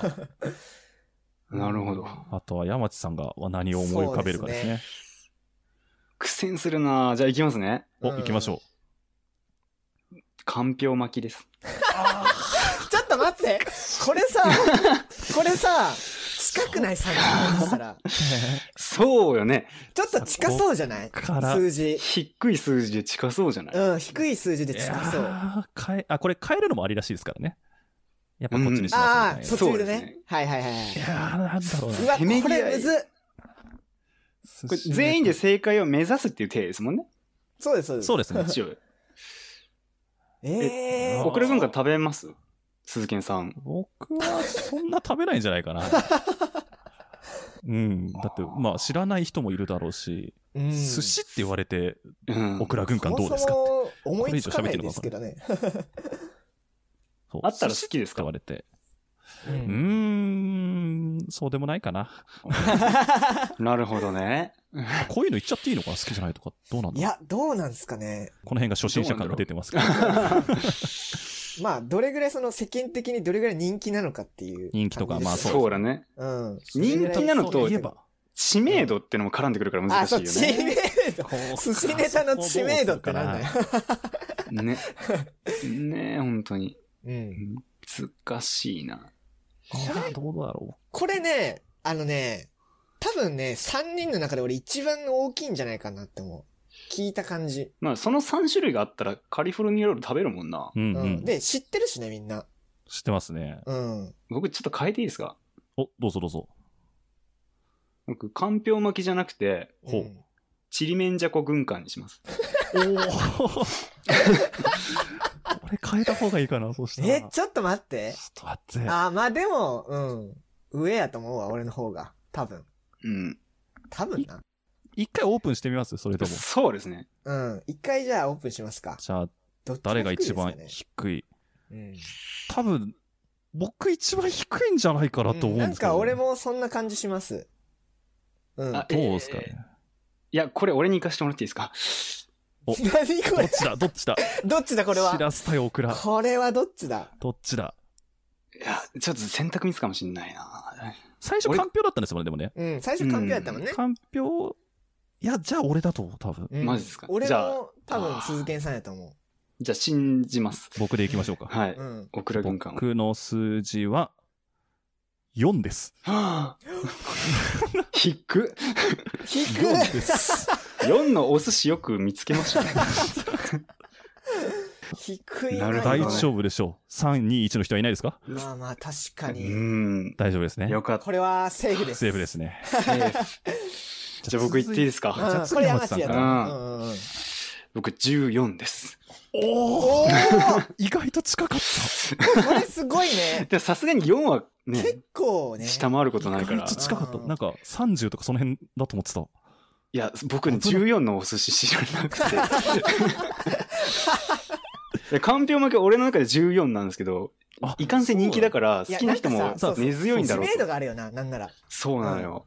なるほど。 あとは山地さんが何を思い浮かべるかですね。 苦戦するな。じゃあ行きますね。 行きましょう。かんぴょう巻きです。 ちょっと待って。これさ、近くない？さっきしたら。 そうよね。 ちょっと近そうじゃない？数字。 低い数字で近そうじゃない？ 低い数字で近そう。 これ変えるのもありらしいですからね。やっぱこっちにしますみたいな。途中でね。はい。 なんだろうな。これむずっ。 これ全員で正解を目指すっていう体ですもんね。 そうです。 そうですね。 一応。オクラ軍艦食べます？鈴賢さん。 僕はそんな食べないんじゃないかな。だって、知らない人もいるだろうし、寿司って言われて、オクラ軍艦どうですかって。 思いつかないですけどね。 あったら好きですか？ 言われて。そうでもないかな。 なるほどね。 こういうの言っちゃっていいのかな？好きじゃないとか、どうなんだろう？ いや、どうなんですかね。 この辺が初心者感が出てますけど。 どれぐらい世間的にどれぐらい人気なのかっていう。 人気とか、 そうだね。人気なのと、知名度ってのも絡んでくるから難しいよね。 知名度。寿司ネタの知名度ってなんだよ。 ね、本当に。難しいな。 どうだろう。 これね、多分ね、3人の中で俺一番大きいんじゃないかなって思う。聞いた感じ。 その3種類があったらカリフォルニアロール食べるもんな。 で、知ってるしね、みんな。 知ってますね。 僕ちょっと変えていいですか？ どうぞどうぞ。 僕、かんぴょう巻きじゃなくて、ちりめんじゃこ軍艦にします。 俺変えた方がいいかな、そうしたら。 ちょっと待って。 ちょっと待って。 でも、上やと思うわ、俺の方が。多分。多分な。 一回オープンしてみます？それとも。 そうですね。 一回じゃあオープンしますか。 じゃあ、誰が一番低い？多分、僕一番低いんじゃないかなと思うんですけど。 俺もそんな感じします。 どうですかね。 いや、これ俺に行かせてもらっていいですか？ 何これ？ どっちだどっちだこれは。 しらす対オクラ。 これはどっちだ？ どっちだ？ いや、ちょっと選択ミスかもしんないな。 最初かんぴょうだったんですもんね、でもね。 最初かんぴょうやったもんね。 かんぴょう、いや、じゃあ俺だと思う、多分。 マジですか？ 俺も多分鈴賢さんやと思う。 じゃあ信じます。 僕でいきましょうか。 はい。オクラ軍艦。 僕の数字は、4です。 はぁ引く。 4です。 4のお寿司よく見つけましたね。 低いなるほど大丈夫でしょう。3、2、1の人はいないですか？ まあまあ、確かに。 大丈夫ですね。 よかった。 これはセーフです。 セーフですね。 じゃあ僕言っていいですか？ じゃあ次山内さんから。 僕14です。 おー意外と近かった。 これすごいね。 でさすがに4はね、 結構ね。 下回ることないから。 意外と近かった。なんか30とかその辺だと思ってた。 いや、僕14のお寿司知らなくて。かんぴょう巻きは俺の中で14なんですけど、いかんせん人気だから好きな人も根強いんだろうと。 知名度があるよな、なんなら。 そうなのよ。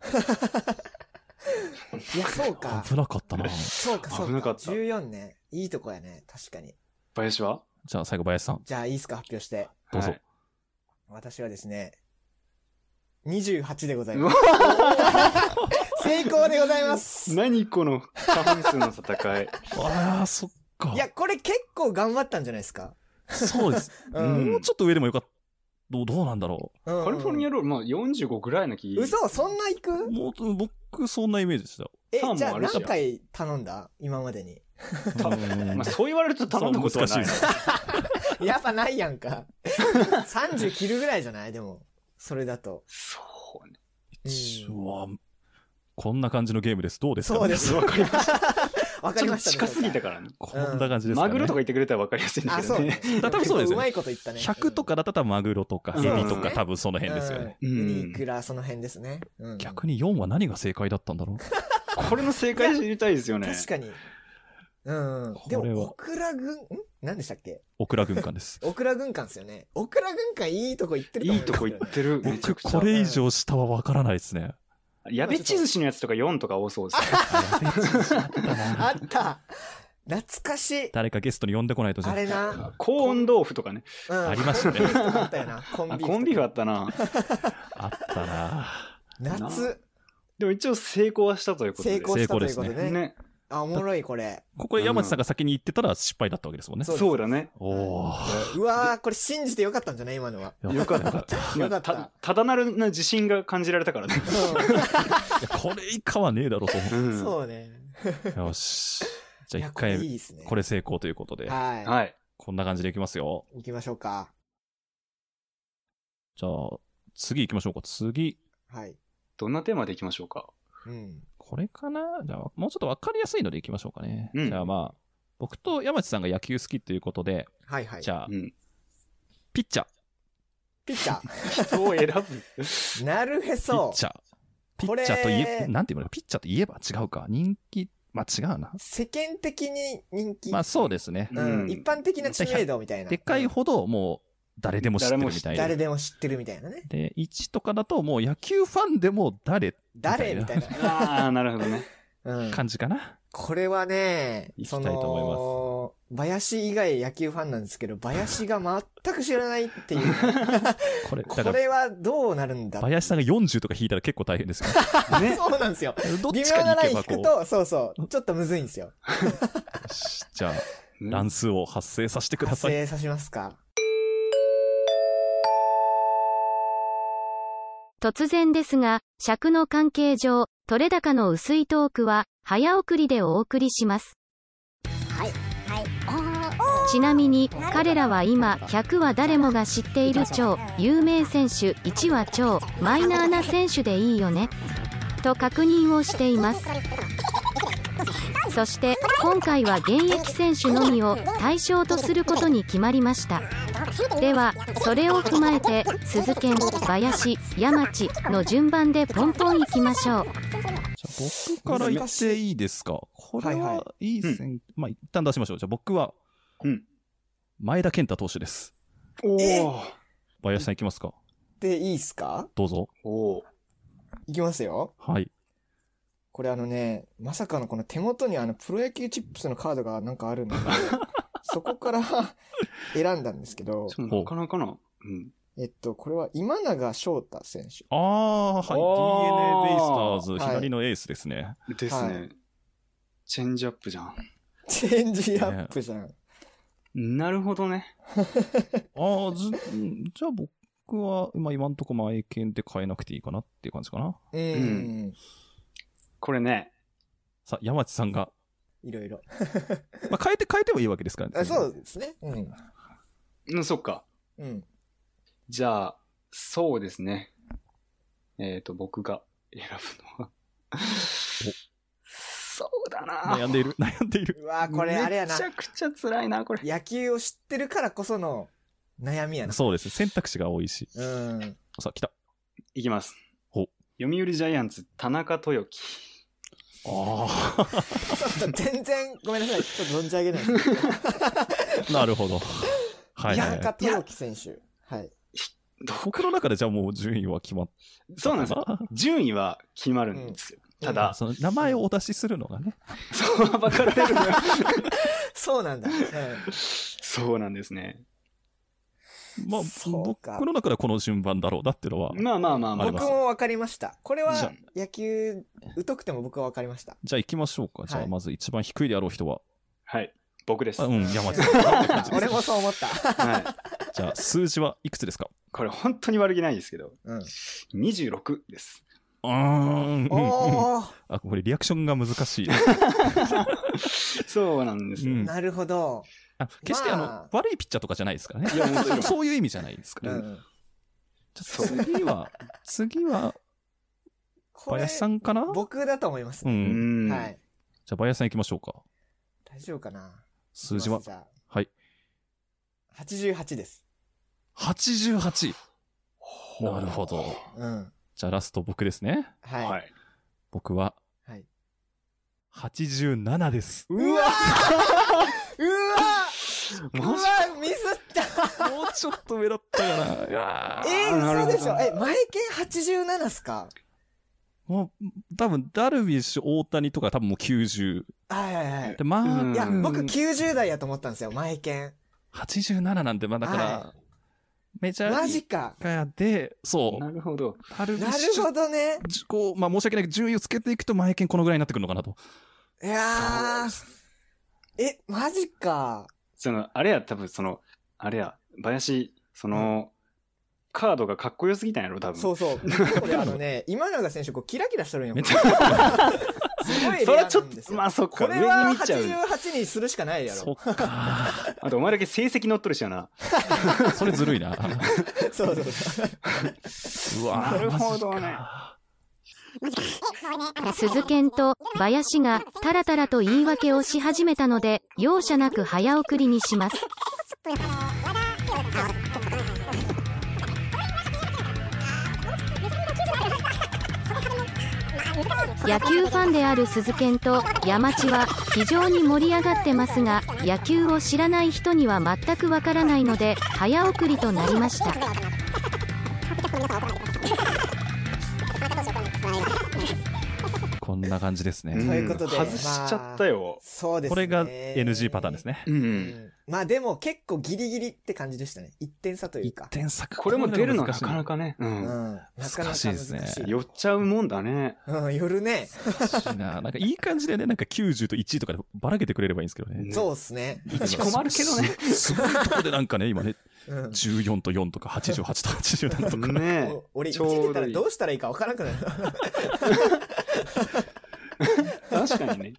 いや、そうか。 危なかったな。 そうか、そうか。 危なかった。 14ね。いいとこやね。確かに。 林は？ じゃあ最後林さん。 じゃあいいっすか、発表して。 どうぞ。 私はですね、28でございます。成功でございます。 何この過半数の戦い。 ああ、そっか。 いや、これ結構頑張ったんじゃないですか。 そうです。もうちょっと上でもよかった。どうなんだろう。 カリフォルニアロール、まあ45ぐらいの気。 嘘、そんないく？ もう、僕そんなイメージでした。 じゃあ何回頼んだ？今までに。 まあそう言われると頼んだことはない。 やっぱないやんか。30切るぐらいじゃない？でも、それだと。 そうね。 こんな感じのゲームです。どうですか？ そうです。わかりました。わかりました。 近すぎたからね。 こんな感じですかね。 マグロとか言ってくれたらわかりやすいんだけどね。 多分そうですよね。 うまいこと言ったね。 100とかだったらマグロとかエビとか多分その辺ですよね。 ウニ、イクラ、その辺ですね。 逆に4は何が正解だったんだろう。 これの正解知りたいですよね。 確かに。でも、オクラ軍、何でしたっけ？ オクラ軍艦です。 オクラ軍艦ですよね。オクラ軍艦いいとこ行ってると思う。 いいとこ行ってる。 僕、これ以上下はわからないですね。 やべっち寿司のやつとか4とか多そうですね。 やべっち寿司あったな。 あった。懐かしい。 誰かゲストに呼んでこないとじゃん。 あれな。 高温豆腐とかね。 ありましたね。 あったよな。コンビーフあったな。 あったな。 夏。 でも一応成功はしたということで。 成功したということでね。あ、おもろいこれ。 ここで山内さんが先に言ってたら失敗だったわけですもんね。 そうだね。 おうわー、これ信じてよかったんじゃない今のは。 よかった。 よかった。 ただなるな自信が感じられたからね。 これ以下はねえだろうと思う。そうね。 よし。じゃあ一回、これ成功ということで。 はい。 こんな感じでいきますよ。 いきましょうか。 じゃあ、次行きましょうか。次。 はい。 どんなテーマでいきましょうか。 これかな？じゃあ、もうちょっとわかりやすいのでいきましょうかね。じゃあまあ、僕と山内さんが野球好きということで、 はいはい。 じゃあ、ピッチャー。 ピッチャー。 人を選ぶ。 なるへそ。 ピッチャー。ピッチャーといえ、なんていうの？ピッチャーといえば違うか。人気、まあ違うな。 世間的に人気。 まあそうですね。 一般的な知名度みたいな。 でかいほどもう、誰でも知ってるみたいな。 誰でも知ってるみたいなね。 で、1とかだともう野球ファンでも誰みたいな。 ああ、なるほどね。 感じかな。 これはね、 いきたいと思います。林以外野球ファンなんですけど、林が全く知らないっていう。これはどうなるんだ。 林さんが40とか引いたら結構大変ですよね。そうなんですよ。 どっちかに行けばこう。微妙なライン引くと、 そうそう、ちょっとむずいんですよ。 じゃあ、乱数を発生させてください。 発生させますか。 突然ですが、尺の関係上、取れ高の薄いトークは、早送りでお送りします。ちなみに、彼らは今、100は誰もが知っている超有名選手、1は超マイナーな選手でいいよね、と確認をしています。そして、今回は現役選手のみを対象とすることに決まりました。では、それを踏まえて、鈴研、林、山地の順番でポンポンいきましょう。 じゃあ僕から言っていいですか？これはいい線、まあ一旦出しましょう。じゃあ僕は、前田健太投手です。林さんいきますか？ で、いいっすか？ どうぞ。 いきますよ。 はい。 これまさかのこの手元にプロ野球チップスのカードがなんかあるんで、そこから選んだんですけど。 なかなかな。 これは今永翔太選手。 はい。DNA ベイスターズ、左のエースですね。 ですね。チェンジアップじゃん。 チェンジアップじゃん。 なるほどね。 じゃあ僕は、今んとこ前剣で変えなくていいかなっていう感じかな。 これね。 さあ、山地さんが。 いろいろ。 変えてもいいわけですからね。そうですね。 そっか。じゃあ、そうですね。僕が選ぶのは。そうだな。 悩んでいる。 うわこれあれやな。 めちゃくちゃ辛いな、これ。 野球を知ってるからこその悩みやな。 そうです。選択肢が多いし。さあ、来た。 いきます。読売ジャイアンツ、田中豊樹。 ちょっと全然、ごめんなさい。ちょっと存じ上げないです。 なるほど。 田中豊樹選手。はい。 僕の中でじゃあもう順位は決まった。 そうなんですよ。順位は決まるんですよ。ただ、 その名前をお出しするのがね。 そう、暴かれるのよ。 そうなんだ。 そうなんですね。 僕の中ではこの順番だろうなっていうのは。 僕も分かりました。これは野球疎くても僕は分かりました。 じゃあ行きましょうか。じゃあまず一番低いであろう人は。 はい。僕です。 山地さん。 俺もそう思った。 はい。 じゃあ数字はいくつですか？ これ本当に悪気ないですけど。26です。 これリアクションが難しい。 そうなんです。 なるほど。 決して悪いピッチャーとかじゃないですからね。そういう意味じゃないですから。次は、林さんかな？ 僕だと思います。はい。 じゃあ林さん行きましょうか。 大丈夫かな？ 数字は？はい。 88です。 88。なるほど。じゃあラスト僕ですね。 はい。 僕は、87です。 うわミスった。 もうちょっと上だったかな。 嘘でしょ。前剣87っすか？ もう、多分、ダルビッシュ、大谷とか多分もう90。 はい。 で、 いや、僕90代やと思ったんですよ、前剣。 87なんで、だから、メジャーリーガーで、そう。 なるほど。 なるほどね。 申し訳ないけど、順位をつけていくと、前剣このぐらいになってくるのかなと。 いやー。マジか。 あれや、多分林、カードがかっこよすぎたんやろ、多分。 そう。これ今永選手、キラキラしとるんよ。 めっちゃ。 すごいレアなんですよ。 そっか。 これは88にするしかないやろ。 そっか。 あと、お前だけ成績乗っとるしやな。 それずるいな。 そう。 うわなるほどね。 鈴賢と林がタラタラと言い訳をし始めたので、容赦なく早送りにします。野球ファンである鈴賢と山地は非常に盛り上がってますが、野球を知らない人には全くわからないので早送りとなりました。 こんな感じですね。 ということで外しちゃったよ。 そうですね。 これが NG パターンですね。 でも結構ギリギリって感じでしたね。1点差というか。 1点差。 これも出るのなかなかね。 難しいですね。 寄っちゃうもんだね。 寄るね。 なんかいい感じでね、なんか90と1位とかでばらけてくれればいいんですけどね。 そうですね。 困るけどね。 すごいとこでなんかね、今ね、14と4とか88と87とかね。 俺1出たらどうしたらいいか分からなくなる。 確かにね。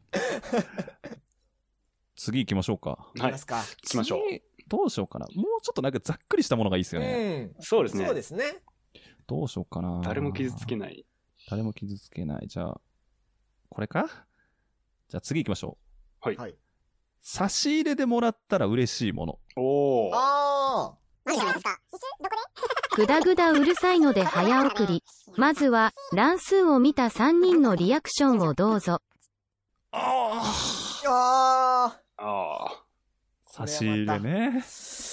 次行きましょうか。 行きますか。 行きましょう。 どうしようかな。もうちょっとなんかざっくりしたものがいいですよね。 そうですね。 そうですね。 どうしようかな。 誰も傷つけない。 じゃあ、これか？じゃあ次行きましょう。はい。 差し入れでもらったら嬉しいもの。 おー。 あー。ぐだぐだうるさいので早送り。まずは乱数を見た3人のリアクションをどうぞ。 差し入れね。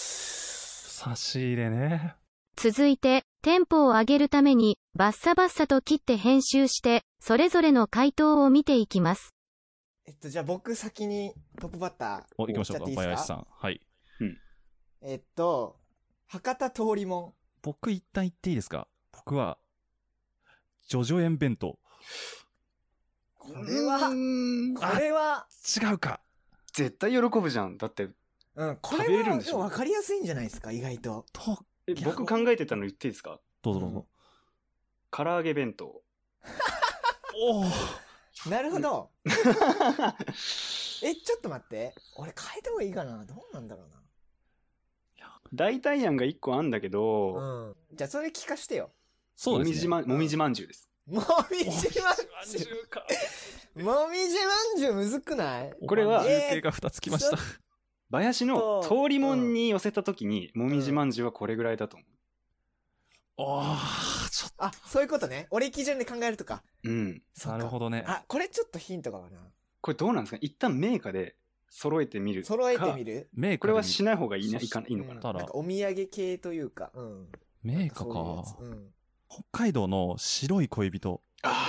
続いて、テンポを上げるために、バッサバッサと切って編集して、それぞれの回答を見ていきます。 じゃあ僕先にトップバッター。 行きましょうか、林さん。はい。 博多通りもん。 僕一旦言っていいですか？僕は、ジョジョ園弁当。 これは、 違うか。 絶対喜ぶじゃん。だって、 うん、これは分かりやすいんじゃないですか、意外と。 僕考えてたの言っていいですか？ どうぞどうぞ。 唐揚げ弁当。 おお。なるほど。ちょっと待って。俺変えた方がいいかな。どうなんだろうな。 代替案が1個あんだけど、 じゃあそれ聞かしてよ。 そうですね。 もみじまんじゅうです。 もみじまんじゅうか。もみじまんじゅうむずくない？ これは、 中継が2つきました。 林の通りもんに寄せたときに、もみじまんじゅうはこれぐらいだと思う。 ちょっと。そういうことね。俺基準で考えるとか。 うん。 なるほどね。 これちょっとヒントかもな。 これどうなんですか？一旦メーカーで揃えてみる。 揃えてみる？ これはしない方がいいのかな。 なんかお土産系というか。 メーカーか。北海道の白い恋人。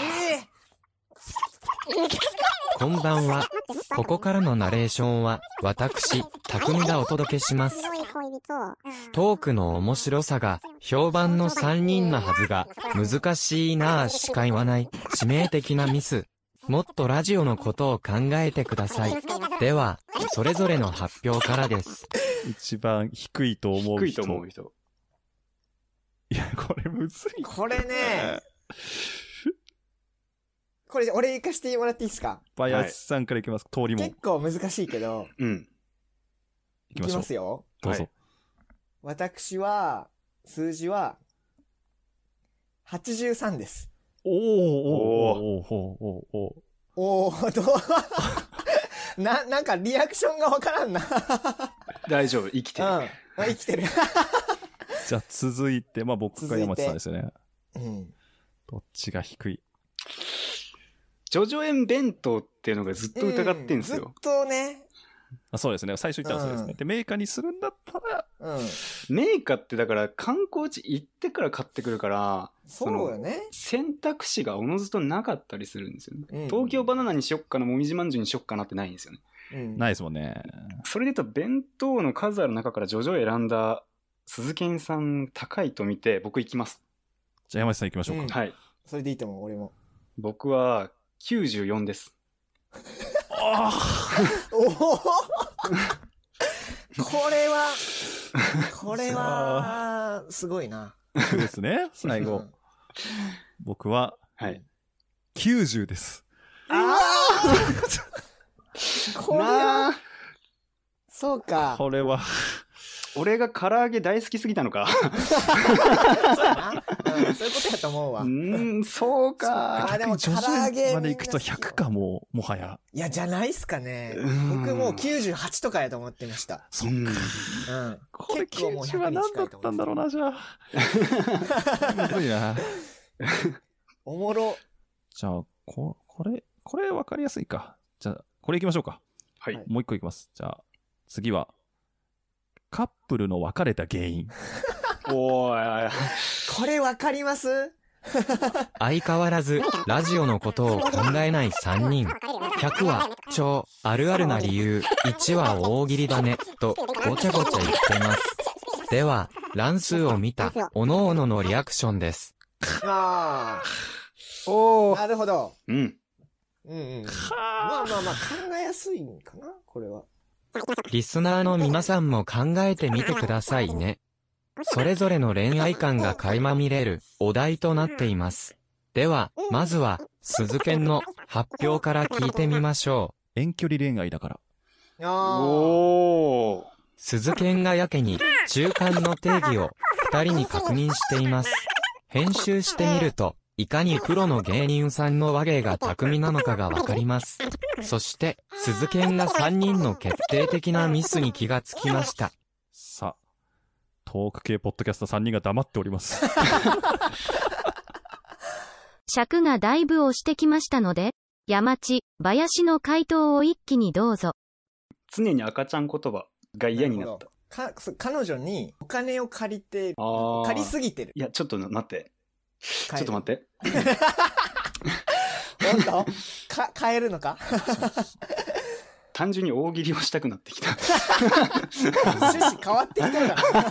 こんばんは。ここからのナレーションは、私、匠がお届けします。トークの面白さが、評判の3人なはずが、難しいなぁしか言わない、致命的なミス。もっとラジオのことを考えてください。では、それぞれの発表からです。 一番低いと思う人。 低いと思う人。 いや、これむずい。 これね。これ、俺行かしてもらっていいですか？ 林さんからいきます。通りも。 結構難しいけど。 行きますよ。 どうぞ。 私は、数字は、83です。なんかリアクションがわからんな。 大丈夫、生きてる。 生きてる。 じゃあ続いて、僕が山地さんですよね。どっちが低い？ ジョジョ園弁当っていうのがずっと疑ってんすよ。 ずっとね。 そうですね。最初言ったらそうですね。で、メーカーにするんだったら、 メーカーってだから観光地行ってから買ってくるから、 そうよね。 選択肢がおのずとなかったりするんですよね。東京バナナにしよっかな、もみじまんじゅうにしよっかなってないんですよね。 ないですもんね。 それで言うと弁当の数ある中からジョジョ選んだ鈴研さん高いと見て僕行きます。 じゃあ山地さん行きましょうか。 はい。 それでいいと思う、俺も。 僕は94です。 これは、すごいな。 ですね、最後。僕は、90です。 これは、そうか。 これは、 俺が唐揚げ大好きすぎたのか。 そういうことやと思うわ。 そうか。 でも唐揚げまで行くと100かもはや。 いや、じゃないっすかね。僕もう98とかやと思ってました。 そっか。これ90は何だったんだろうな、じゃあ。むずいな。 おもろ。 じゃあ、これ分かりやすいか。じゃあ、これ行きましょうか。 はい。 もう一個行きます。じゃあ、次は、カップルの別れた原因。 おーい。 これわかります？ 相変わらず、ラジオのことを考えない3人。100は、超、あるあるな理由、1は大喜利だね、と、ごちゃごちゃ言ってます。では、乱数を見た、おのおののリアクションです。 なるほど。まあ、考えやすいんかな、これは。 リスナーの皆さんも考えてみてくださいね。それぞれの恋愛観が垣間見れるお題となっています。では、まずは、鈴研の発表から聞いてみましょう。遠距離恋愛だから。 鈴研がやけに中間の定義を2人に確認しています。編集してみると、いかにプロの芸人さんの話芸が巧みなのかがわかります。そして、鈴研が3人の決定的なミスに気がつきました。 さあ、トーク系ポッドキャスター3人が黙っております。 尺がだいぶ押してきましたので、山地、林の回答を一気にどうぞ。 常に赤ちゃん言葉が嫌になった。 彼女にお金を借りて、借りすぎてる。 いや、ちょっと待って。ちょっと待って。 本当？変えるのか？ 単純に大喜利をしたくなってきた。 趣旨変わってきた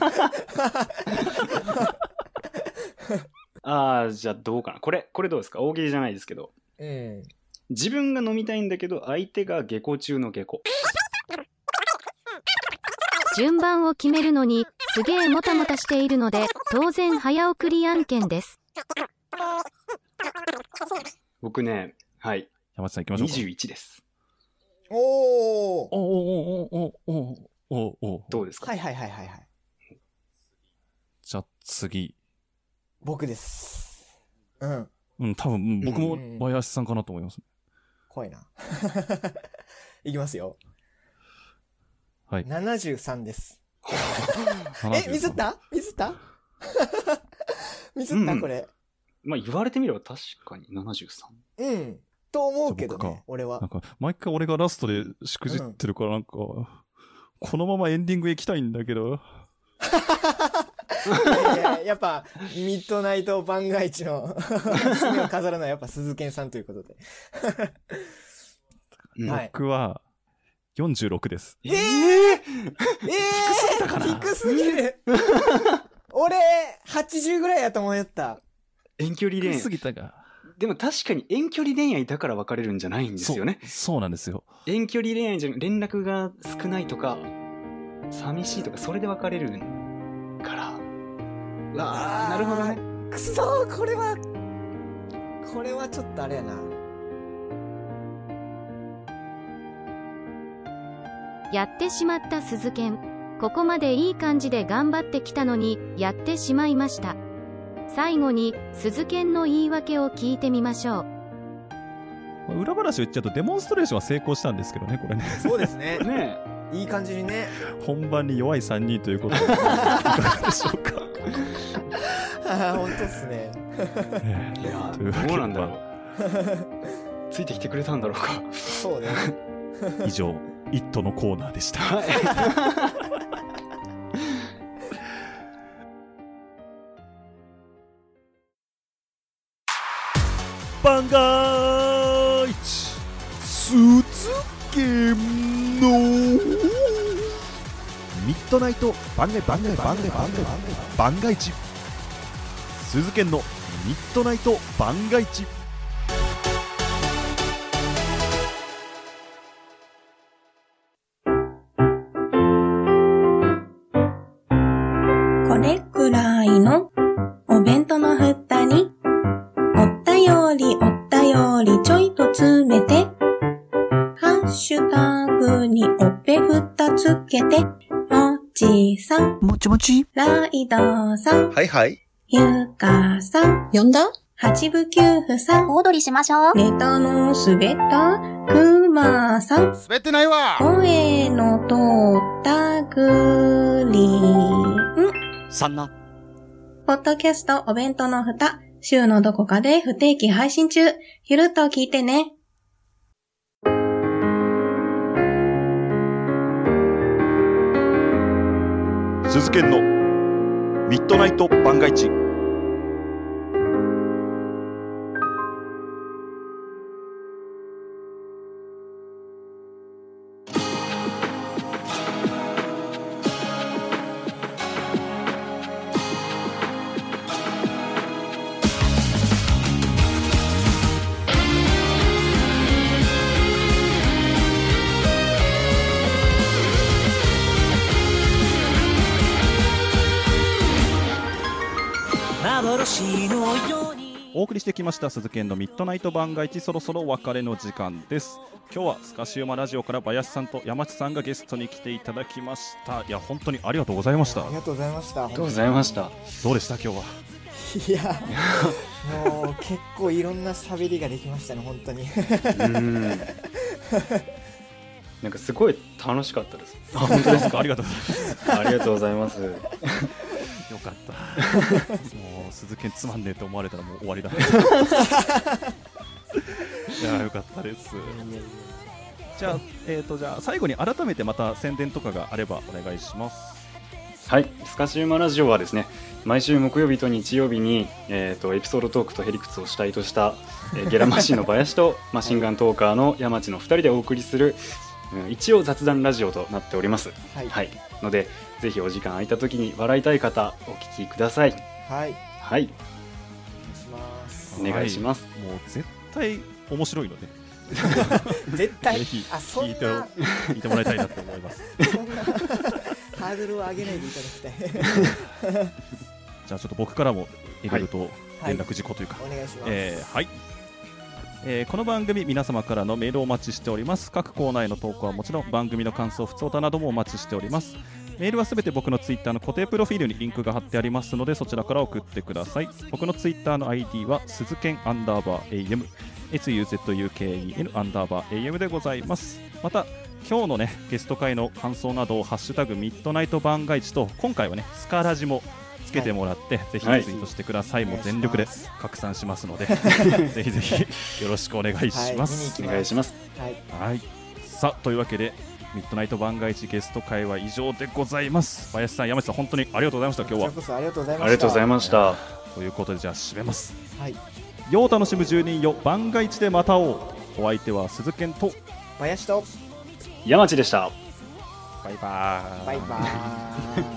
な。じゃあどうかな。これどうですか？大喜利じゃないですけど。自分が飲みたいんだけど、相手が下戸中の下戸。 順番を決めるのにすげえもたもたしているので当然早送り案件です。 僕ね、はい。 山内さん行きましょうか。 21です。 おどうですか？ はい。 じゃあ次。 僕です。 多分、僕も林さんかなと思います。 怖いな。いきますよ。 はい。 73です。ミスったこれ。 まあ言われてみれば確かに73。 と思うけどね、俺は。 なんか、毎回俺がラストでしくじってるから、なんか、このままエンディング行きたいんだけど。 やっぱ、ミッドナイト番外地の締めを飾るのはやっぱ鈴賢さんということで。 僕は、46です。 低すぎる俺、80ぐらいやと思った。 遠距離恋愛。 低すぎたか。 でも確かに遠距離恋愛だから別れるんじゃないんですよね。 そうなんですよ。 遠距離恋愛じゃ連絡が少ないとか、寂しいとか、それで別れるから。なるほどね。 くそー、これはちょっとあれやな。 やってしまった鈴賢。ここまでいい感じで頑張ってきたのに、やってしまいました。最後に、鈴賢の言い訳を聞いてみましょう。裏話を言っちゃうと、デモンストレーションは成功したんですけどね、これね。 そうですね。いい感じにね。 本番に弱い3人ということで、いかがでしょうか。 本当っすね。 いや、どうなんだろう。ついてきてくれたんだろうか。 そうね。 以上、イットのコーナーでした。番外地鈴賢のミッドナイト番外地鈴賢のミッドナイト番外地。 これくらいのお弁当の蓋におったよりちょいと詰めてハッシュタグにおっぺふたつけてもちさんもちライドさんはいゆかさん呼んだ八部九夫さんお踊りしましょう。 ネタの滑ったくまさん滑ってないわ。 声の通ったグリーンさんなポッドキャストお弁当の蓋週のどこかで不定期配信中。ゆるっと聞いてね。 鈴賢のミッドナイト番外地。お送りしてきました鈴賢のミッドナイト番外地、そろそろお別れの時間です。今日はスカシウマラジオから林さんと山地さんがゲストに来ていただきました。いや本当にありがとうございました。 ありがとうございました。 ありがとうございました。 どうでした今日は。 いやもう結構いろんな喋りができましたね本当に。 なんかすごい楽しかったです。 あ、本当ですか。ありがとうございます。 ありがとうございます。 よかった。もう鈴賢つまんねえと思われたらもう終わりだ。いやよかったです。じゃあじゃあ最後に改めてまた宣伝とかがあればお願いします。 はい、スカシウマラジオはですね、毎週木曜日と日曜日にエピソードトークとヘリクツを主体としたゲラマシンの林とマシンガントーカーの山地の2人でお送りする一応雑談ラジオとなっております。はい、のでぜひお時間空いた時に笑いたい方お聞きください。 はい、 お願いします。 もう絶対面白いので絶対ぜひ聞いてもらいたいなと思います。 ハードルを上げないでいただきたい。 じゃあちょっと僕からもいろいろと連絡事項というか、 お願いします。 はい。この番組皆様からのメールをお待ちしております。各コーナーへの投稿はもちろん番組の感想、ふつおたなどもお待ちしております。メールはすべて僕のツイッターの固定プロフィールにリンクが貼ってありますので、そちらから送ってください。僕のツイッターの ID は鈴剣_AM SUZUKEN _AM でございます。また今日のねゲスト会の感想などをハッシュタグミッドナイト番外地と、今回はねスカラジもつけてもらって、ぜひツイートしてください。もう全力で拡散しますのでぜひぜひよろしくお願いします。 お願いします。 はい。さあというわけでミッドナイト番外地ゲスト会は以上でございます。林さん、山内さん、本当にありがとうございました。今日は。 こちらこそありがとうございました。 ありがとうございました。 ということでじゃあ締めます。 はい。 世を楽しむ住人よ、番外地でまた会おう。お相手は鈴賢と林と山地でした。 バイバーイ。 バイバーイ。